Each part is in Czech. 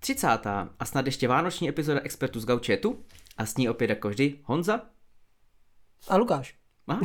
30. a snad ještě vánoční epizoda Expertů z Gaučetu a s ní opět jako vždy Honza a Lukáš. Aha,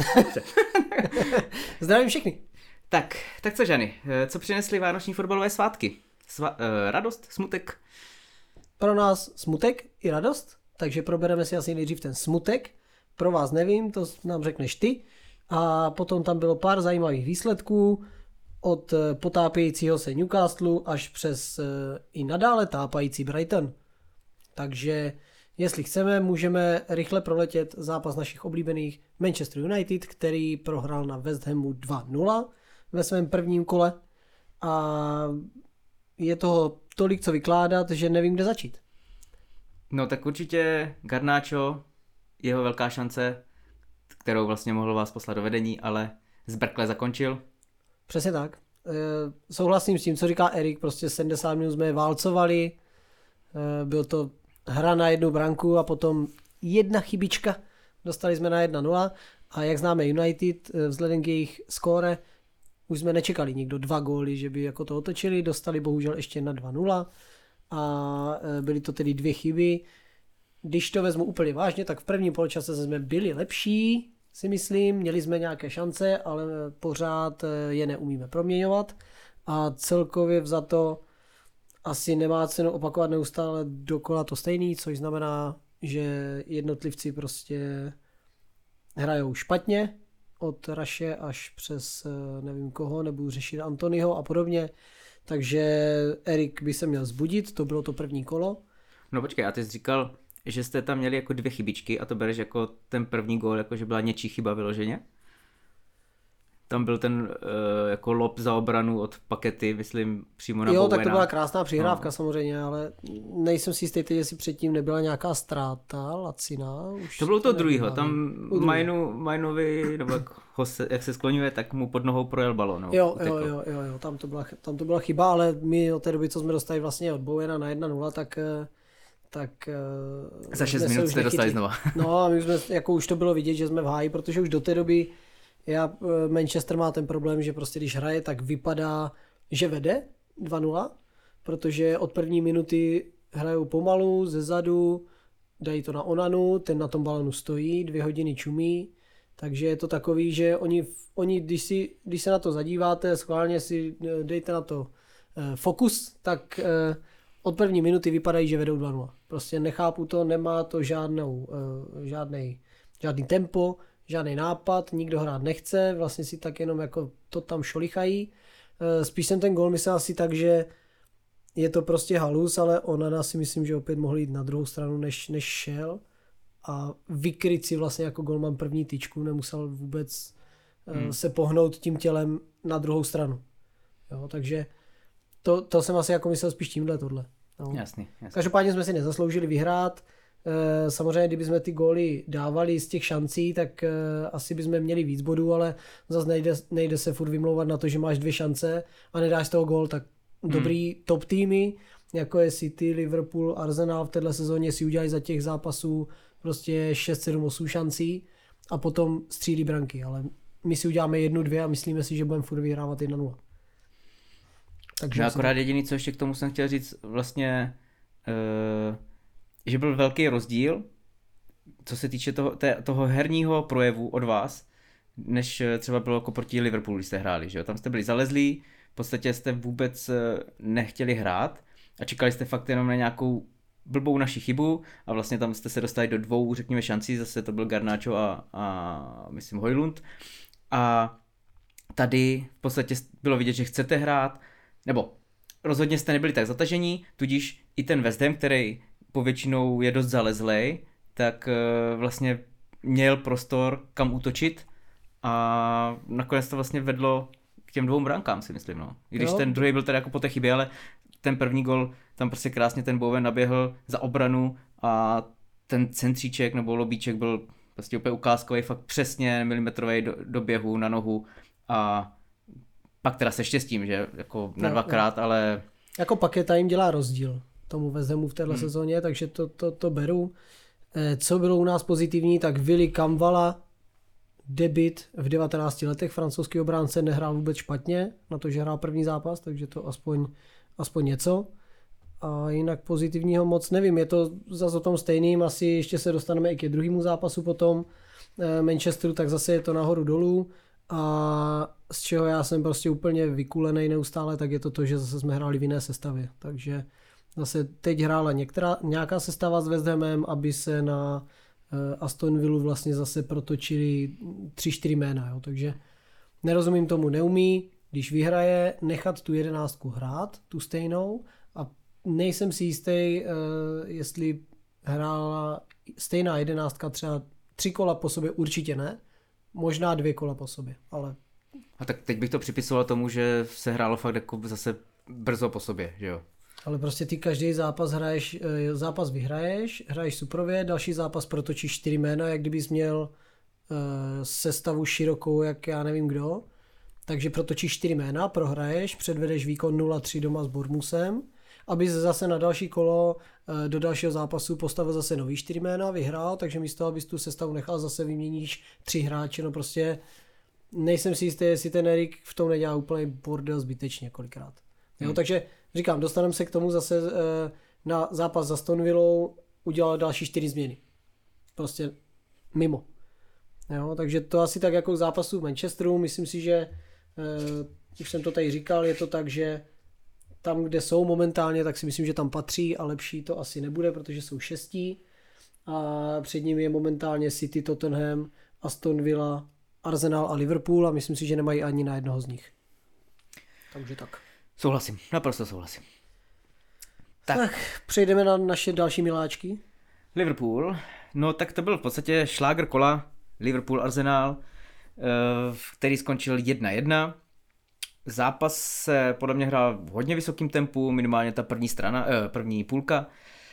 Zdravím všechny. Tak co Žany, co přinesly vánoční fotbalové svátky? Radost, smutek? Pro nás smutek i radost, takže probereme si asi nejdřív ten smutek. Pro vás nevím, to nám řekneš ty. A potom tam bylo pár zajímavých výsledků od potápějícího se Newcastlu až přes i nadále tápající Brighton. Takže jestli chceme, můžeme rychle proletět zápas našich oblíbených Manchester United, který prohrál na West Hamu 2-0 ve svém prvním kole. A je toho tolik co vykládat, že nevím, kde začít. No tak určitě Garnacho, jeho velká šance, kterou vlastně mohl vás poslat do vedení, ale zbrkle zakončil. Přesně tak. Souhlasím s tím, co říká Erik, prostě 70 minut jsme je válcovali, byl to hra na jednu branku a potom jedna chybička, dostali jsme na 1-0 a jak známe United, vzhledem k jejich skóre, už jsme nečekali nikdo 2 góly, že by jako to otočili, dostali bohužel ještě na 2-0 a byly to tedy 2 chyby. Když to vezmu úplně vážně, tak v prvním poločase jsme byli lepší, si myslím, měli jsme nějaké šance, ale pořád je neumíme proměňovat a celkově vzato asi nemá cenu opakovat neustále dokola to stejný, což znamená, že jednotlivci prostě hrajou špatně, od Raše až přes nevím koho, nebudu řešit Antonyho a podobně, takže Erik by se měl zbudit, to bylo to první kolo. No počkej, a ty jsi říkal, že jste tam měli jako 2 chybičky a to bereš jako ten první gól, jako že byla něčí chyba vyloženě? Tam byl ten jako lob za obranu od Pakety, myslím, přímo na Bowena. Jo, tak to byla krásná přihrávka samozřejmě, ale nejsem si jistý, jestli předtím nebyla nějaká ztráta laciná. Už to bylo to druhýho, tam Majnovi, nebo jak se skloňuje, tak mu pod nohou projel balón. Jo, tam to byla chyba, ale my od té doby, co jsme dostali vlastně od Bowena na 1-0, tak za 6 minut jste dostali znova. No a my jsme, jako už to bylo vidět, že jsme v háji, protože už do té doby Manchester má ten problém, že prostě když hraje, tak vypadá, že vede 2-0, protože od první minuty hrajou pomalu, zezadu, dají to na Onanu, ten na tom balonu stojí, 2 hodiny čumí, takže je to takový, že oni když se na to zadíváte, schválně si dejte na to fokus, tak od první minuty vypadají, že vedou 2-0. Prostě nechápu to, nemá to žádný tempo, žádný nápad, nikdo hrát nechce, vlastně si tak jenom jako to tam šolichají. Spíš jsem ten gól myslel asi tak, že je to prostě halus, ale Onana si myslím, že opět mohl jít na druhou stranu, než šel a vykryt si vlastně jako golman první tyčku, nemusel vůbec se pohnout tím tělem na druhou stranu. Jo, takže to jsem asi jako myslel spíš tohle. No. Jasný. Každopádně jsme si nezasloužili vyhrát. Samozřejmě, kdybychom ty góly dávali z těch šancí, tak asi bychom měli víc bodů, ale zase nejde se furt vymlouvat na to, že máš 2 šance a nedáš z toho gól, tak dobrý top týmy, jako je City, Liverpool, Arsenal v této sezóně si udělají za těch zápasů prostě 6, 7, 8 šancí a potom střílí branky, ale my si uděláme 1, 2 a myslíme si, že budeme furt vyhrávat 1-0. Takže akorát jediný, co ještě k tomu jsem chtěl říct, vlastně že byl velký rozdíl, co se týče toho herního projevu od vás, než třeba bylo jako proti Liverpoolu, když jste hráli, že jo? Tam jste byli zalezlí, v podstatě jste vůbec nechtěli hrát a čekali jste fakt jenom na nějakou blbou naši chybu a vlastně tam jste se dostali do 2, řekněme, šancí, zase to byl Garnacho a myslím Højlund a tady v podstatě bylo vidět, že chcete hrát, nebo rozhodně jste nebyli tak zatažení, tudíž i ten West Ham, který povětšinou je dost zalezlej, tak vlastně měl prostor kam útočit a nakonec to vlastně vedlo k těm 2 brankám, si myslím. No. I když ten druhý byl teda jako po té chybě, ale ten první gol, tam prostě krásně ten Bowen naběhl za obranu a ten centříček nebo lobíček byl prostě úplně ukázkový, fakt přesně milimetrový do běhu na nohu a pak teda se štěstím, že jako na 2krát, ale... Jako Paketa jim dělá rozdíl tomu West Hamu v této sezóně, takže to beru. Co bylo u nás pozitivní, tak Willy Kamvala, debut v 19 letech, francouzský obránce, nehrál vůbec špatně, na to, že hrál první zápas, takže to aspoň něco. A jinak pozitivního moc nevím, je to zase o tom stejným, asi ještě se dostaneme i ke druhému zápasu potom Manchesteru, tak zase je to nahoru dolů a z čeho já jsem prostě úplně vykulený neustále, tak je to, že zase jsme hráli v jiné sestavě, takže zase teď hrála nějaká sestava s West Hamem, aby se na Aston Villu vlastně zase protočili 3-4 jména, jo, takže nerozumím tomu, neumí, když vyhraje, nechat tu 11 hrát, tu stejnou a nejsem si jistý, jestli hrála stejná 11 třeba 3 kola po sobě, určitě ne, možná 2 kola po sobě, ale... A tak teď bych to připisoval tomu, že se hrálo fakt jako zase brzo po sobě, že jo? Ale prostě ty každý zápas vyhraješ, hraješ suprově, další zápas protočíš 4 jména, jak kdybys měl sestavu širokou, jak já nevím kdo. Takže protočíš 4 jména, prohraješ, předvedeš výkon 0-3 doma s Bournemouthem, aby zase na další kolo do dalšího zápasu postavil zase nový 4 jména, vyhrál, takže místo, abys tu sestavu nechal, zase vyměníš 3 hráče, no prostě nejsem si jistý, jestli ten Erik v tom nedělá úplný bordel zbytečně kolikrát. Jo, takže říkám, dostaneme se k tomu zase na zápas za Aston Villou, udělal další 4 změny. Prostě mimo. Jo, takže to asi tak jako k zápasu v Manchesteru, myslím si, že už jsem to tady říkal, je to tak, že tam, kde jsou momentálně, tak si myslím, že tam patří a lepší to asi nebude, protože jsou 6. A před nimi je momentálně City, Tottenham, Aston Villa, Arsenal a Liverpool a myslím si, že nemají ani na jednoho z nich. Takže tak. Souhlasím, naprosto souhlasím. Tak přejdeme na naše další miláčky. Liverpool, no tak to byl v podstatě šlágr kola, Liverpool-Arsenal, který skončil 1-1. Zápas se podle mě hrál v hodně vysokým tempu, minimálně ta první půlka.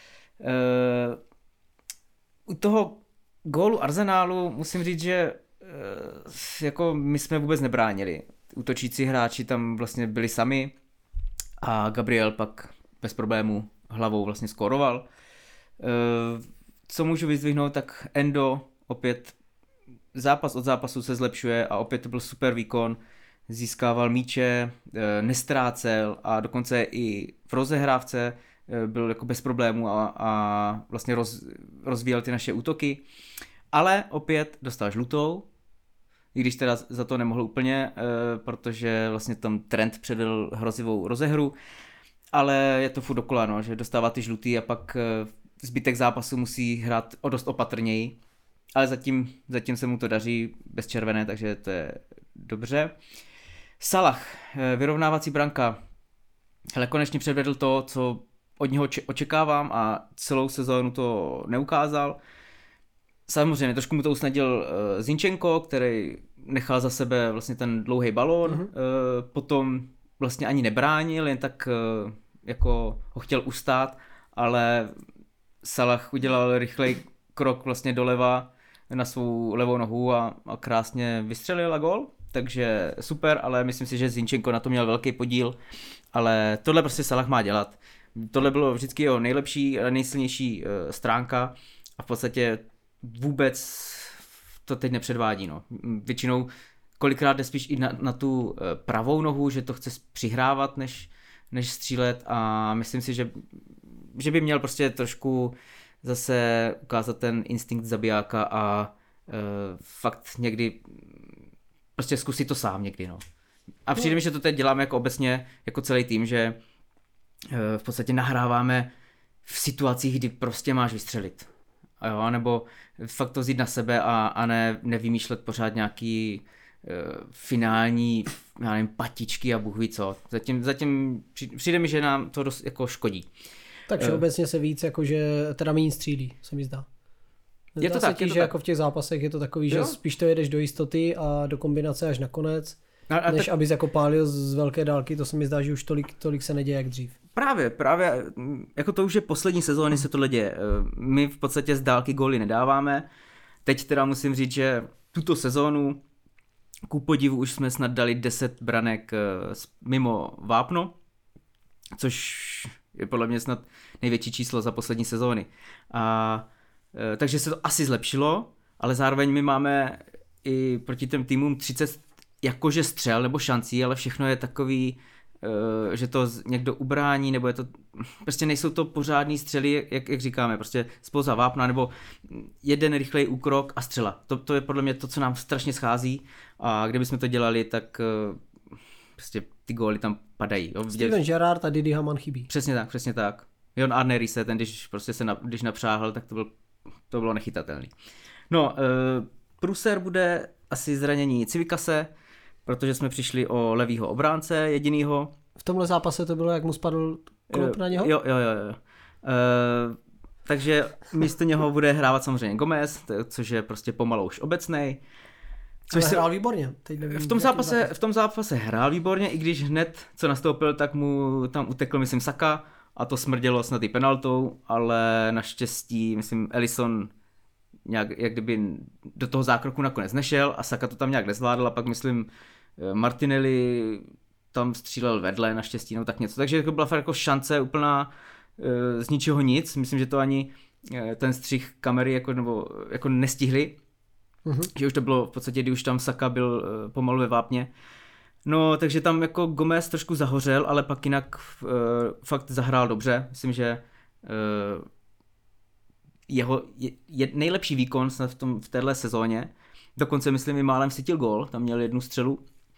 U toho gólu Arsenalu musím říct, že jako my jsme vůbec nebránili. Útočící hráči tam vlastně byli sami a Gabriel pak bez problémů hlavou vlastně skóroval. Co můžu vyzdvihnout, tak Endo opět zápas od zápasu se zlepšuje a opět to byl super výkon. Získával míče, nestrácel a dokonce i v rozehrávce byl jako bez problémů a vlastně rozvíjel ty naše útoky. Ale opět dostal žlutou, i když teda za to nemohl úplně, protože vlastně tam Trent předvedl hrozivou rozehru, ale je to furt dokola, no, že dostává ty žlutý a pak zbytek zápasu musí hrát o dost opatrněji, ale zatím se mu to daří bez červené, takže to je dobře. Salah, vyrovnávací branka, ale konečně předvedl to, co od něho očekávám a celou sezónu to neukázal. Samozřejmě trošku mu to usnadil Zinchenko, který nechal za sebe vlastně ten dlouhý balón, potom vlastně ani nebránil, jen tak jako ho chtěl ustát, ale Salah udělal rychlej krok vlastně doleva na svou levou nohu a krásně vystřelil a gól, takže super, ale myslím si, že Zinchenko na to měl velký podíl, ale tohle prostě Salah má dělat. Tohle bylo vždycky jeho nejlepší a nejsilnější stránka a v podstatě vůbec to teď nepředvádí. No. Většinou kolikrát jde spíš i na tu pravou nohu, že to chce přihrávat, než střílet a myslím si, že by měl prostě trošku zase ukázat ten instinkt zabijáka a fakt někdy prostě zkusit to sám někdy. No. A přijde mi, že to teď děláme jako obecně, jako celý tým, že v podstatě nahráváme v situacích, kdy prostě máš vystřelit. Jo, nebo fakt to vzít na sebe a nevymýšlet pořád nějaký finální, já nevím, patičky a bůh ví co. Zatím přijde mi, že nám to dost jako škodí. Takže obecně se víc, jakože teda méně střílí, se mi zdá. Je to tak, že jako v těch zápasech je to takový, že spíš to jedeš do jistoty a do kombinace až nakonec, než abys jako pálil z velké dálky, to se mi zdá, že už tolik se neděje jak dřív. Právě, jako to už je poslední sezóny se tohle děje. My v podstatě z dálky góly nedáváme. Teď teda musím říct, že tuto sezónu ku podivu už jsme snad dali 10 branek mimo vápno, což je podle mě snad největší číslo za poslední sezóny. Takže se to asi zlepšilo, ale zároveň my máme i proti těm týmům 30 jakože střel nebo šancí, ale všechno je takový že to někdo ubrání, nebo je to, prostě nejsou to pořádný střely, jak říkáme, prostě spoza vápna, nebo jeden rychlej úkrok a střela. To je podle mě to, co nám strašně schází a kdybychom to dělali, tak prostě ty góly tam padají. Jo? Steven Gerrard a Didi Hamann chybí. Přesně tak. Jon Arnery se, ten když napřáhl, tak to bylo nechytatelný. No, průser bude asi zranění Civicase, protože jsme přišli o levýho obránce jedinýho. V tomhle zápase to bylo, jak mu spadl klub na něho? Jo. Takže místo něho bude hrávat samozřejmě Gomez, což je prostě pomalu už obecnej. Ale hrál výborně. V tom zápase hrál výborně, i když hned, co nastoupil, tak mu tam utekl, myslím, Saka a to smrdělo snad i penaltou, ale naštěstí, myslím, Alisson nějak, jak kdyby do toho zákroku nakonec nešel a Saka to tam nějak nezvládl a pak, myslím, Martinelli tam střílel vedle naštěstí, no tak něco. Takže to byla fakt jako šance úplná z ničeho nic. Myslím, že to ani ten střih kamery jako nestihli. Že už to bylo v podstatě, kdy už tam Saka byl pomalu ve vápně. No, takže tam jako Gomez trošku zahořel, ale pak jinak fakt zahrál dobře. Myslím, že jeho nejlepší výkon snad v téhle sezóně. Dokonce, myslím, i málem vsytil gól, tam měl jednu střelu.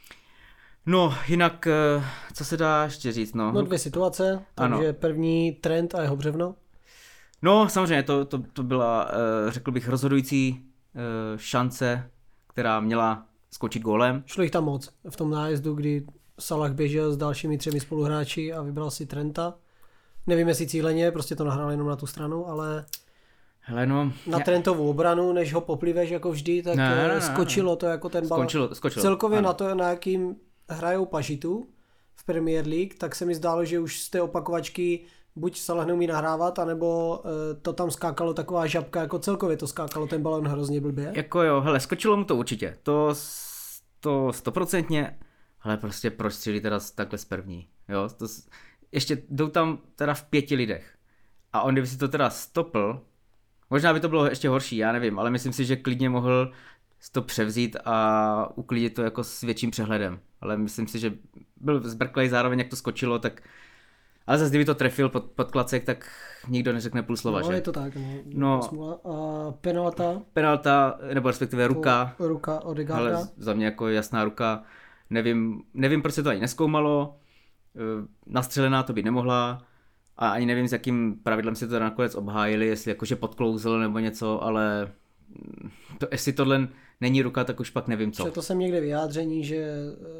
No, jinak, co se dá ještě říct, no. No, 2 situace, takže ano. První Trent a jeho břevno. No, samozřejmě, to byla, řekl bych, rozhodující šance, která měla skočit gólem. Šlo jich tam moc. V tom nájezdu, kdy Salah běžel s dalšími 3 spoluhráči a vybral si Trenta. Nevím, jestli cíleně, prostě to nahrál jenom na tu stranu, ale hele, no, na Trentovu obranu, než ho popliveš jako vždy, tak skočilo to jako ten balon. Skočilo. Celkově ano. Na to, na jakým hrajou pažitu v Premier League, tak se mi zdálo, že už z té opakovačky buď Salah neumí nahrávat, anebo to tam skákalo taková žabka, jako celkově to skákalo ten balon hrozně blbě. Jako jo, hele, skočilo mu to určitě, to 100%, ale prostě proč střílí teda takhle z první, jo, ještě jdou tam teda v 5 lidech a on kdyby si to teda stopl, možná by to bylo ještě horší, já nevím, ale myslím si, že klidně mohl to převzít a uklidit to jako s větším přehledem, ale myslím si, že byl zbrklej zároveň, jak to skočilo, tak ale zase kdyby to trefil pod klacek, tak nikdo neřekne půl slova, no, že? No je to tak, no. A penalta, nebo respektive ruka. Ruka Odegaarda. Ale za mě jako jasná ruka. Nevím, proč se to ani nezkoumalo. Nastřelená to by nemohla. A ani nevím, s jakým pravidlem si to nakonec obhájili, jestli jakože podklouzl nebo něco, ale jestli tohle není ruka, tak už pak nevím co. To jsem někde vyjádření, že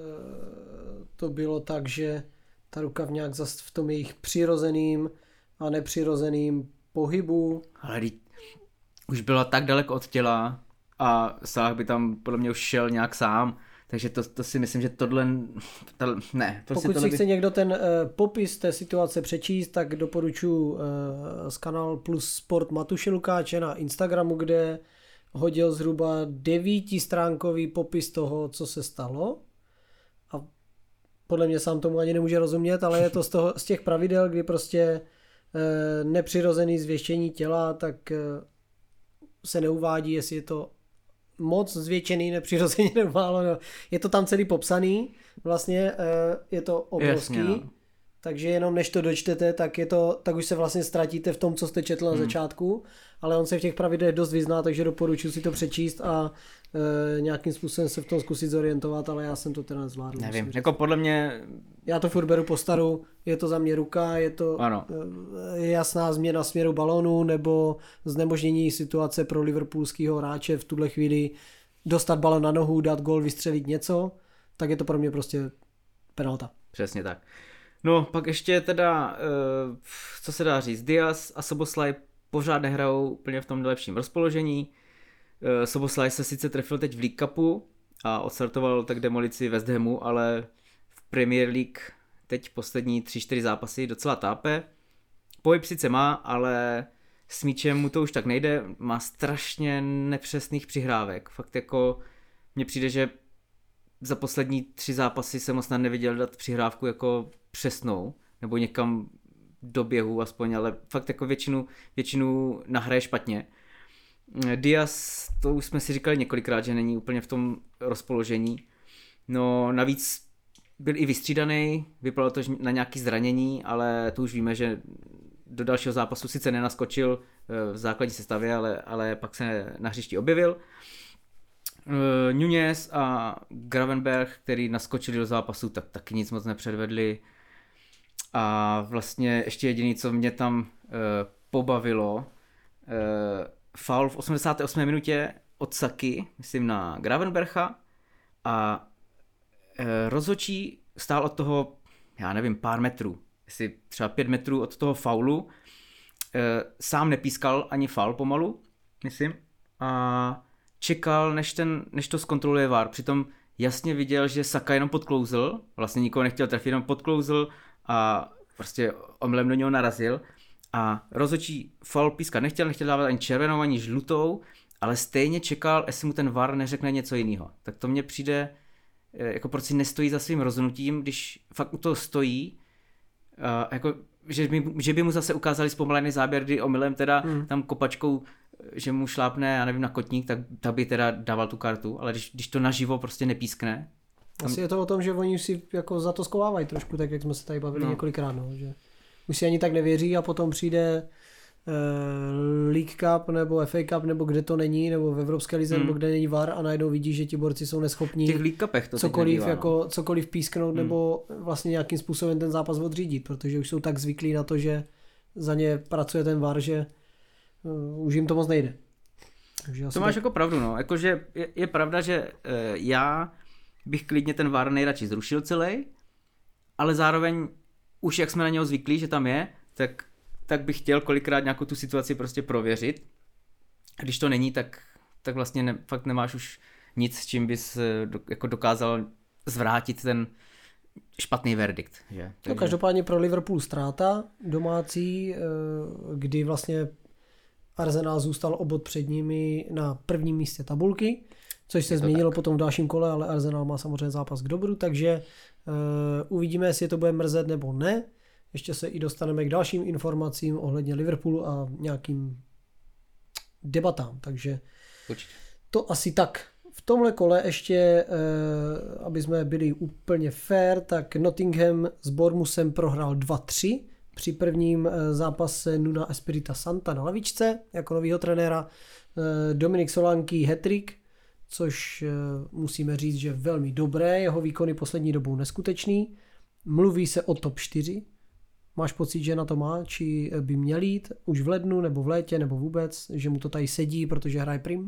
to bylo tak, že ta ruka v tom jejich přirozeným a nepřirozeným pohybu. Ale už byla tak daleko od těla a Salah by tam podle mě už šel nějak sám, takže to si myslím, že ne. Pokud si chce někdo ten popis té situace přečíst, tak doporučuji z Kanál Plus Sport Matuše Lukáče na Instagramu, kde hodil zhruba 9stránkový popis toho, co se stalo. A podle mě sám tomu ani nemůže rozumět, ale je to z těch pravidel, kdy prostě nepřirozený zvětšení těla, tak se neuvádí, jestli je to moc zvětšený, nepřirozeně nebo málo. No. Je to tam celý popsaný, vlastně je to obrovský, jasně, no. Takže jenom než to dočtete, tak už se vlastně ztratíte v tom, co jste četl na začátku, ale on se v těch pravidlech dost vyzná, takže doporučuji si to přečíst a nějakým způsobem se v tom zkusit zorientovat, ale já jsem to teda nezvládl. Nevím, jako podle mě... Já to furt beru po staru, je to za mě ruka, je to jasná změna směru balónu nebo znemožnění situace pro liverpoolského hráče v tuhle chvíli dostat balón na nohu, dát gól, vystřelit něco, tak je to pro mě prostě penalta. Přesně tak. No, pak ještě teda, co se dá říct, Diaz a Szoboszlai pořád nehrajou úplně v tom nejlepším rozpoložení. Szoboszlai se sice trefil teď v League Cupu a odstartoval tak demolici West Hamu, ale v Premier League teď poslední 3-4 zápasy docela tápe. Pohyb sice má, ale s míčem mu to už tak nejde, má strašně nepřesných přihrávek. Fakt jako mně přijde, že za poslední 3 zápasy jsem ho snad neviděl dát přihrávku jako přesnou, nebo někam do běhu aspoň, ale fakt jako většinu nahraje špatně. Diaz, to už jsme si říkali několikrát, že není úplně v tom rozpoložení. No navíc byl i vystřídaný, vypadalo to na nějaké zranění, ale to už víme, že do dalšího zápasu sice nenaskočil v základní sestavě, ale pak se na hřišti objevil. Núñez a Gravenberch, který naskočili do zápasu, tak taky nic moc nepředvedli. A vlastně ještě jediné, co mě tam pobavilo, faul v 88. minutě od Saky, myslím na Gravenbercha, a rozhodčí stál od toho, já nevím, pár metrů, jestli třeba 5 metrů od toho faulu, sám nepískal ani faul pomalu, myslím, a čekal, než to zkontroluje VAR. Přitom jasně viděl, že Saka jenom podklouzl, vlastně nikoho nechtěl trefit, jenom podklouzl a prostě omylem do něho narazil. A rozhodčí faul pískat nechtěl dávat ani červenou, ani žlutou, ale stejně čekal, jestli mu ten VAR neřekne něco jiného. Tak to mně přijde, jako proč si nestojí za svým rozhodnutím, když fakt u toho stojí, jako, že by mu zase ukázali zpomalený záběr, kdy omylem teda tam kopačkou, že mu šlápne, já nevím, na kotník, tak by teda dával tu kartu, ale když to naživo prostě nepískne. Asi je to o tom, že oni si jako za to skovávají trošku, tak jak jsme se tady bavili několikrát, no, že už si ani tak nevěří a potom přijde League Cup nebo FA Cup nebo kde to není, nebo v Evropské lize nebo kde není VAR a najednou vidí, že ti borci jsou neschopní v těch League Cupech to cokoliv písknout nebo vlastně nějakým způsobem ten zápas odřídit, protože už jsou tak zvyklí na to, že za ně pracuje ten VAR, že už jim to moc nejde. To máš jako pravdu, no. Jakože je pravda, že já bych klidně ten VAR nejradši zrušil celý, ale zároveň už jak jsme na něho zvyklí, že tam je, tak bych chtěl kolikrát nějakou tu situaci prostě prověřit. Když to není, tak vlastně fakt nemáš už nic, s čím bys jako dokázal zvrátit ten špatný verdikt. Že? No, každopádně pro Liverpool ztráta domácí, kdy vlastně Arsenal zůstal o bod před nimi na prvním místě tabulky, což se změnilo potom v dalším kole, ale Arsenal má samozřejmě zápas k dobru, takže uvidíme, jestli to bude mrzet nebo ne. Ještě se i dostaneme k dalším informacím ohledně Liverpoolu a nějakým debatám, takže určitě. To asi tak. V tomhle kole ještě, aby jsme byli úplně fair, tak Nottingham s Bournemouthem prohrál 2-3 při prvním zápase Nuno Espirita Santa na lavičce jako novýho trenéra. Dominik Solanke hat-trick, což musíme říct, že velmi dobré, jeho výkony poslední dobou neskutečný. Mluví se o top 4. Máš pocit, že na to má, či by měl jít už v lednu, nebo v létě, nebo vůbec, že mu to tady sedí, protože hraje prim?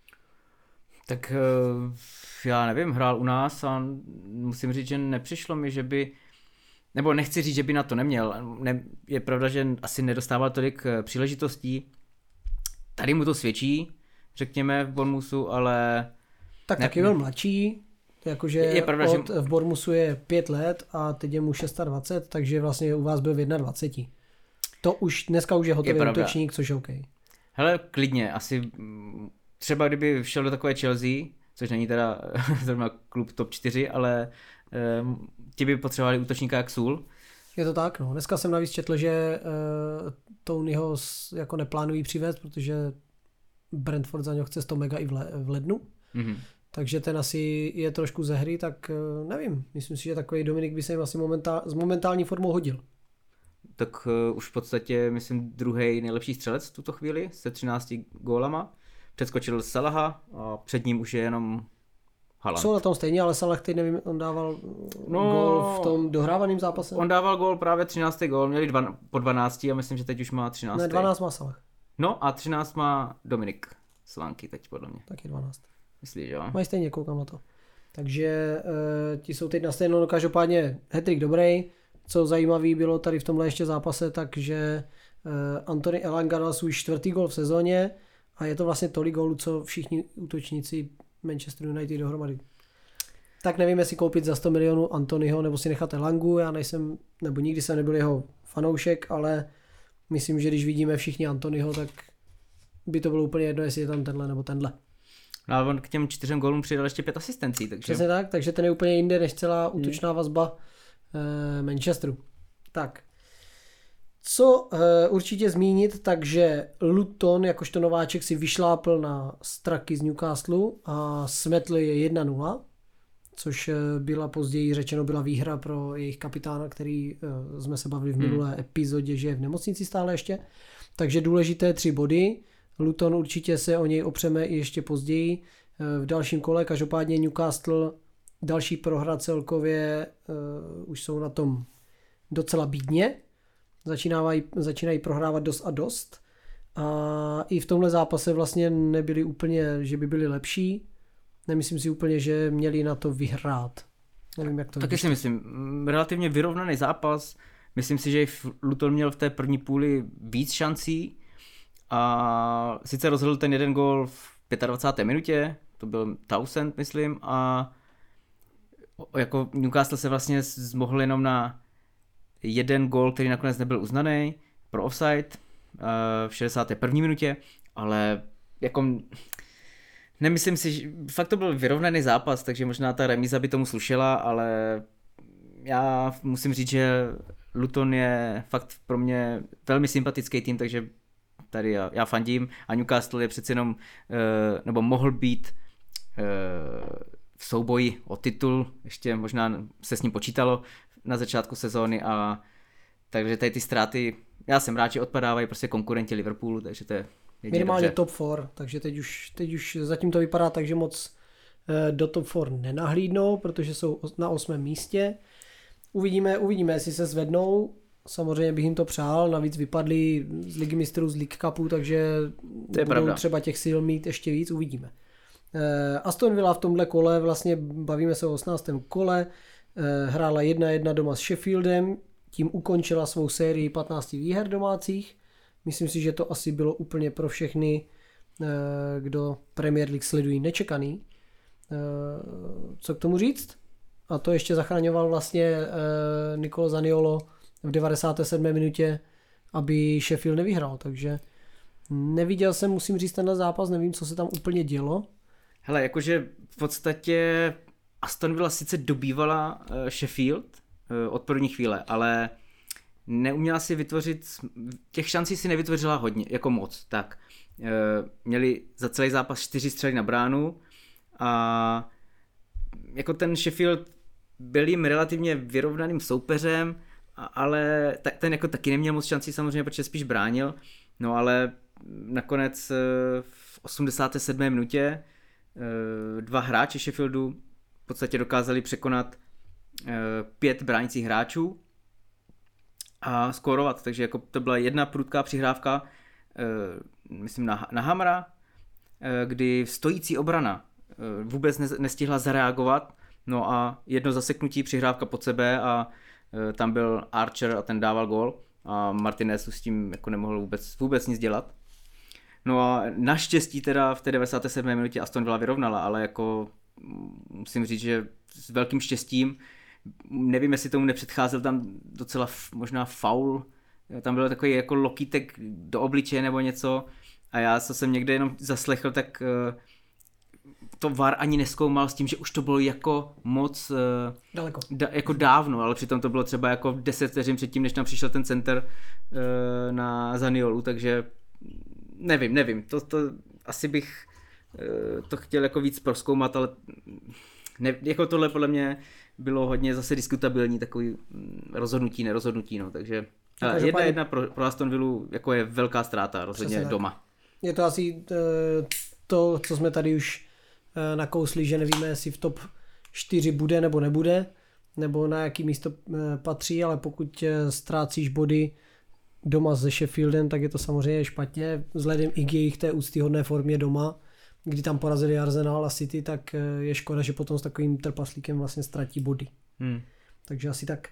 Tak já nevím, hrál u nás a musím říct, že nepřišlo mi, že by, nebo nechci říct, že by na to neměl. Je pravda, že asi nedostával tolik příležitostí. Tady mu to svědčí, řekněme, v Bournemouthu, ale... Tak taky byl mladší. Jakože je pravda, že v Bournemouthu je 5 let a teď je mu 26, takže vlastně u vás byl v 21. To už, dneska už je hotový útočník, což je OK. Hele, klidně, asi třeba kdyby šel do takové Chelsea, což není teda zrovna klub top 4, ale ti by potřebovali útočníka jak sůl. Je to tak, no. Dneska jsem navíc četl, že Tonyho jako neplánují přivést, protože Brentford za něho chce 100 mega i v lednu. Mm-hmm. Takže ten asi je trošku ze hry, tak nevím. Myslím si, že takový Dominik by se jim asi s momentální formou hodil. Tak už v podstatě, myslím, druhý nejlepší střelec v tuto chvíli se 13 gólama. Předskočil Salaha a před ním už je jenom Haaland. Jsou na tom stejně, ale Salah teď nevím, on dával gól v tom dohrávaném zápase. On dával gól právě 13. gól, měli po 12 a myslím, že teď už má 13. Ne, 12 má Salah. No a 13 má Dominik Solanke teď podle mě. Taky 12. Myslíš, jo? Mají stejně, koukám na to. Takže ti jsou teď na stejno, no každopádně hat-trick dobrý. Co zajímavý bylo tady v tomhle ještě zápase, takže Anthony Elanga dal svůj 4. gól v sezóně a je to vlastně tolik gólů, co všichni útočníci Manchester United dohromady. Tak nevím, jestli koupit za 100 milionů Anthonyho nebo si nechat Elangu, já nejsem, nebo nikdy jsem nebyl jeho fanoušek, ale myslím, že když vidíme všichni Anthonyho, tak by to bylo úplně jedno, jestli je tam tenhle nebo tenhle. No ale on k těm 4 gólům přidal ještě 5 asistencí. Takže... Přesně tak, takže ten je úplně jinde než celá útočná vazba Manchesteru. Tak. Co určitě zmínit, takže Luton jakožto nováček si vyšlápl na Straky z Newcastle a smetl je 1-0. což byla později řečeno, byla výhra pro jejich kapitána, který jsme se bavili v minulé epizodě, že je v nemocnici stále ještě. Takže důležité 3 body. Luton určitě se o něj opřeme i ještě později v dalším kole. Každopádně Newcastle další prohra celkově už jsou na tom docela bídně. Začínají prohrávat dost a dost. A i v tomhle zápase vlastně nebyli úplně, že by byli lepší. Nemyslím si úplně, že měli na to vyhrát. Nevím, jak to taky si myslím, relativně vyrovnaný zápas. Myslím si, že Luton měl v té první půli víc šancí a sice rozhodl ten jeden gól v 25. minutě, to byl Townsend, myslím, a jako Newcastle se vlastně zmohl jenom na jeden gól, který nakonec nebyl uznaný pro offside v 61. minutě, ale jako nemyslím si, že fakt to byl vyrovnaný zápas, takže možná ta remíza by tomu slušela, ale já musím říct, že Luton je fakt pro mě velmi sympatický tým, takže tady já fandím a Newcastle je přeci jenom, nebo mohl být v souboji o titul, ještě možná se s ním počítalo na začátku sezóny a takže tady ty ztráty, já jsem rád, že odpadávají prostě konkurenti Liverpoolu, takže to je minimálně dobře. top 4, takže teď už zatím to vypadá tak, že moc do top 4 nenahlídnou, protože jsou na 8. místě. Uvidíme, jestli se zvednou. Samozřejmě bych jim to přál, navíc vypadli z Ligy mistrů, z League Cupu, takže budou pravda. třeba těch sil mít ještě víc, uvidíme. Aston Villa v tomhle kole, vlastně bavíme se o 18. kole, hrála 1-1 doma s Sheffieldem, tím ukončila svou sérii 15 výher domácích. Myslím si, že to asi bylo úplně pro všechny, kdo Premier League sledují, nečekaný. Co k tomu říct? A to ještě zachraňoval vlastně Nicolo Zaniolo v 97. minutě, aby Sheffield nevyhrál, takže neviděl jsem, musím říct, tenhle zápas, nevím, co se tam úplně dělo. Hele, jakože v podstatě Aston Villa sice dobývala Sheffield od první chvíle, ale neuměla si vytvořit, těch šancí si nevytvořila hodně, jako moc, tak. Měli za celý zápas 4 střely na bránu a jako ten Sheffield byl jim relativně vyrovnaným soupeřem, ale ten jako taky neměl moc šancí samozřejmě, protože spíš bránil, no ale nakonec v 87. minutě 2 hráči Sheffieldu v podstatě dokázali překonat 5 bránících hráčů a skórovat, takže jako to byla jedna prudká přihrávka, myslím na Hamra, kdy stojící obrana vůbec nestihla zareagovat, no a jedno zaseknutí, přihrávka pod sebe a tam byl Archer a ten dával gól a Martinez s tím jako nemohl vůbec nic dělat. No a naštěstí teda v té 97. minutě Aston Villa vyrovnala, ale jako musím říct, že s velkým štěstím, nevím, jestli tomu nepředcházel tam docela možná faul, tam byl takový jako lokítek do obličeje nebo něco a já, co jsem někde jenom zaslechl, tak to VAR ani nezkoumal s tím, že už to bylo jako moc daleko. Jako dávno, ale přitom to bylo třeba jako 10 vteřin předtím, než tam přišel ten center na Zaniolu, takže nevím, to asi bych to chtěl jako víc prozkoumat, ale jako tohle podle mě bylo hodně zase diskutabilní, takový nerozhodnutí, no, takže 1-1 pro Aston Villu jako je velká ztráta, rozhodně doma. Je to asi to, co jsme tady už nakousli, že nevíme, jestli v top 4 bude nebo nebude, nebo na jaký místo patří, ale pokud ztrácíš body doma se Sheffieldem, tak je to samozřejmě špatně, vzhledem i k jejich té úctyhodné formě doma, kdy tam porazili Arsenal a City, tak je škoda, že potom s takovým trpaslíkem vlastně ztratí body. Takže asi tak.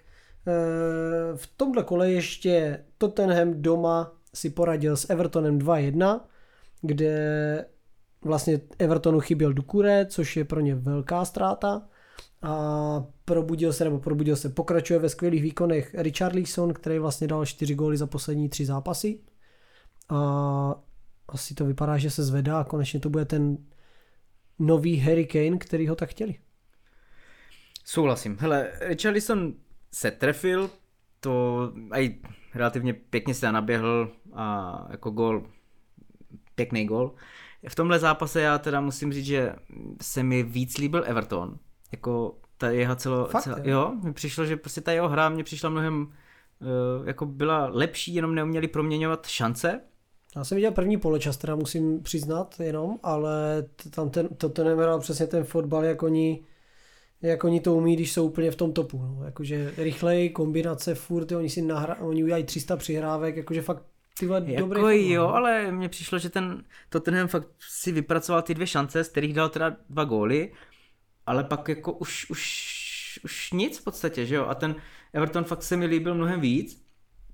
V tomhle kole ještě Tottenham doma si poradil s Evertonem 2-1, kde vlastně Evertonu chyběl Doucouré, což je pro ně velká ztráta a probudil se, pokračuje ve skvělých výkonech Richarlison, který vlastně dal 4 góly za poslední 3 zápasy a asi to vypadá, že se zvedá a konečně to bude ten nový Harry Kane, který ho tak chtěli. Souhlasím. Hele, Richarlison se trefil, to aj relativně pěkně se naběhl a jako gól, pěkný gól. V tomhle zápase já teda musím říct, že se mi víc líbil Everton jako ta jeho jo, mi přišlo, že prostě ta jeho hra mě přišla mnohem jako byla lepší, jenom neuměli proměňovat šance. Já jsem viděl první poločas, teda musím přiznat jenom, ale tam to neměl přesně ten fotbal, jak oni to umí, když jsou úplně v tom topu. No. Jakože rychlej, kombinace, furt, oni udělají 300 přihrávek, jakože fakt tyhle dobré. Jo, ale mně přišlo, že ten Tottenham fakt si vypracoval ty 2 šance, z kterých dal teda 2 góly, ale pak jako už nic v podstatě, že jo? A ten Everton fakt se mi líbil mnohem víc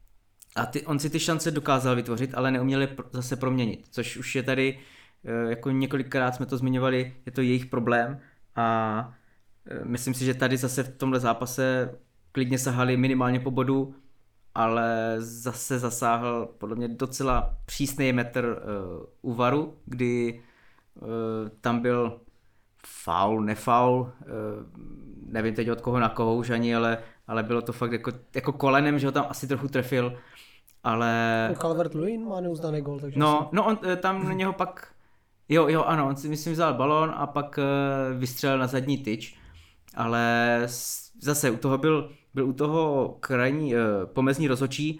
a on si ty šance dokázal vytvořit, ale neuměl je zase proměnit, což už je tady, jako několikrát jsme to zmiňovali, je to jejich problém a myslím si, že tady zase v tomhle zápase klidně sahali minimálně po bodu, ale zase zasáhl podle mě docela přísný metr u VARu, kdy tam byl faul, nefaul, nevím teď od koho na koho už ani, ale bylo to fakt jako kolenem, že ho tam asi trochu trefil, ale... Calvert-Lewin má neuznaný gól, takže... No on tam na něho pak... Jo, ano, on si myslím vzal balón a pak vystřelil na zadní tyč, ale zase byl u toho krajní pomezní rozhodčí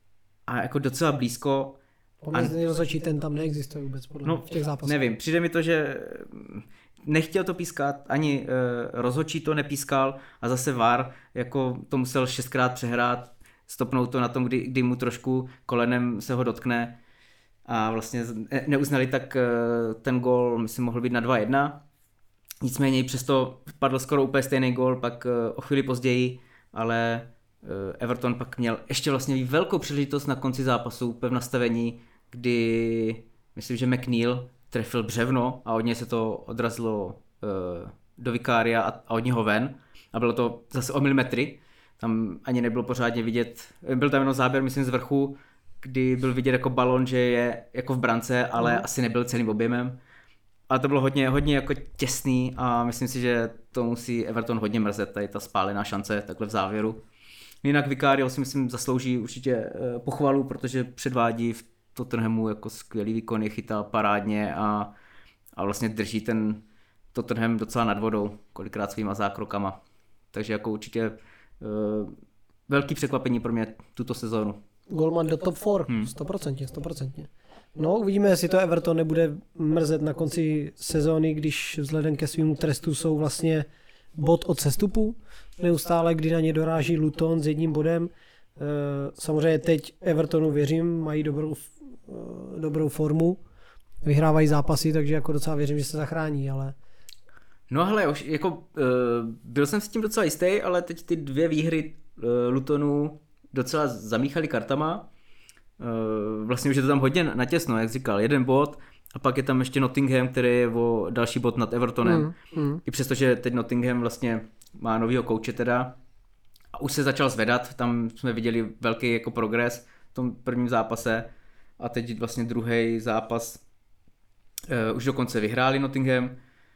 a jako docela blízko. Pomezní rozhodčí, ten tam neexistuje vůbec podle mě v těch zápasech. Nevím, přijde mi to, že nechtěl to pískat, ani rozhodčí to nepískal a zase VAR jako to musel 6krát přehrát, stopnout to na tom, kdy mu trošku kolenem se ho dotkne a vlastně neuznali, tak ten gól myslím mohl být na 2-1. Nicméně přesto padl skoro úplně stejný gól, pak o chvíli později, ale Everton pak měl ještě vlastně velkou příležitost na konci zápasu úplně v nastavení, kdy myslím, že McNeil trefil břevno a od něj se to odrazilo do Vicaria a od něho ven a bylo to zase o milimetry, tam ani nebylo pořádně vidět, byl tam jenom záběr myslím z vrchu, kdy byl vidět jako balon, že je jako v brance, ale asi nebyl celým objemem. Ale to bylo hodně jako těsný a myslím si, že to musí Everton hodně mrzet, tady ta spálená šance takhle v závěru. Jinak Vicario si myslím zaslouží určitě pochvalu, protože předvádí v Tottenhamu jako skvělý výkony, chytá parádně a vlastně drží ten Tottenham docela nad vodou, kolikrát svýma zákrokama. Takže jako určitě velký překvapení pro mě tuto sezónu. Golman do top 4, 100%. No, uvidíme, jestli to Everton nebude mrzet na konci sezóny, když vzhledem ke svému trestu jsou vlastně bod od sestupu. Neustále, kdy na ně doráží Luton s 1 bodem. Samozřejmě teď Evertonu věřím, mají dobrou formu, vyhrávají zápasy, takže jako docela věřím, že se zachrání, ale... No hele, jako byl jsem s tím docela jistý, ale teď ty 2 výhry Lutonu docela zamíchali kartama. Vlastně už je to tam hodně natěsno, jak říkal, 1 bod a pak je tam ještě Nottingham, který je o další bod nad Evertonem. I přesto, že teď Nottingham vlastně má novýho kouče teda a už se začal zvedat, tam jsme viděli velký jako progres v tom prvním zápase a teď vlastně druhý zápas už dokonce vyhráli Nottingham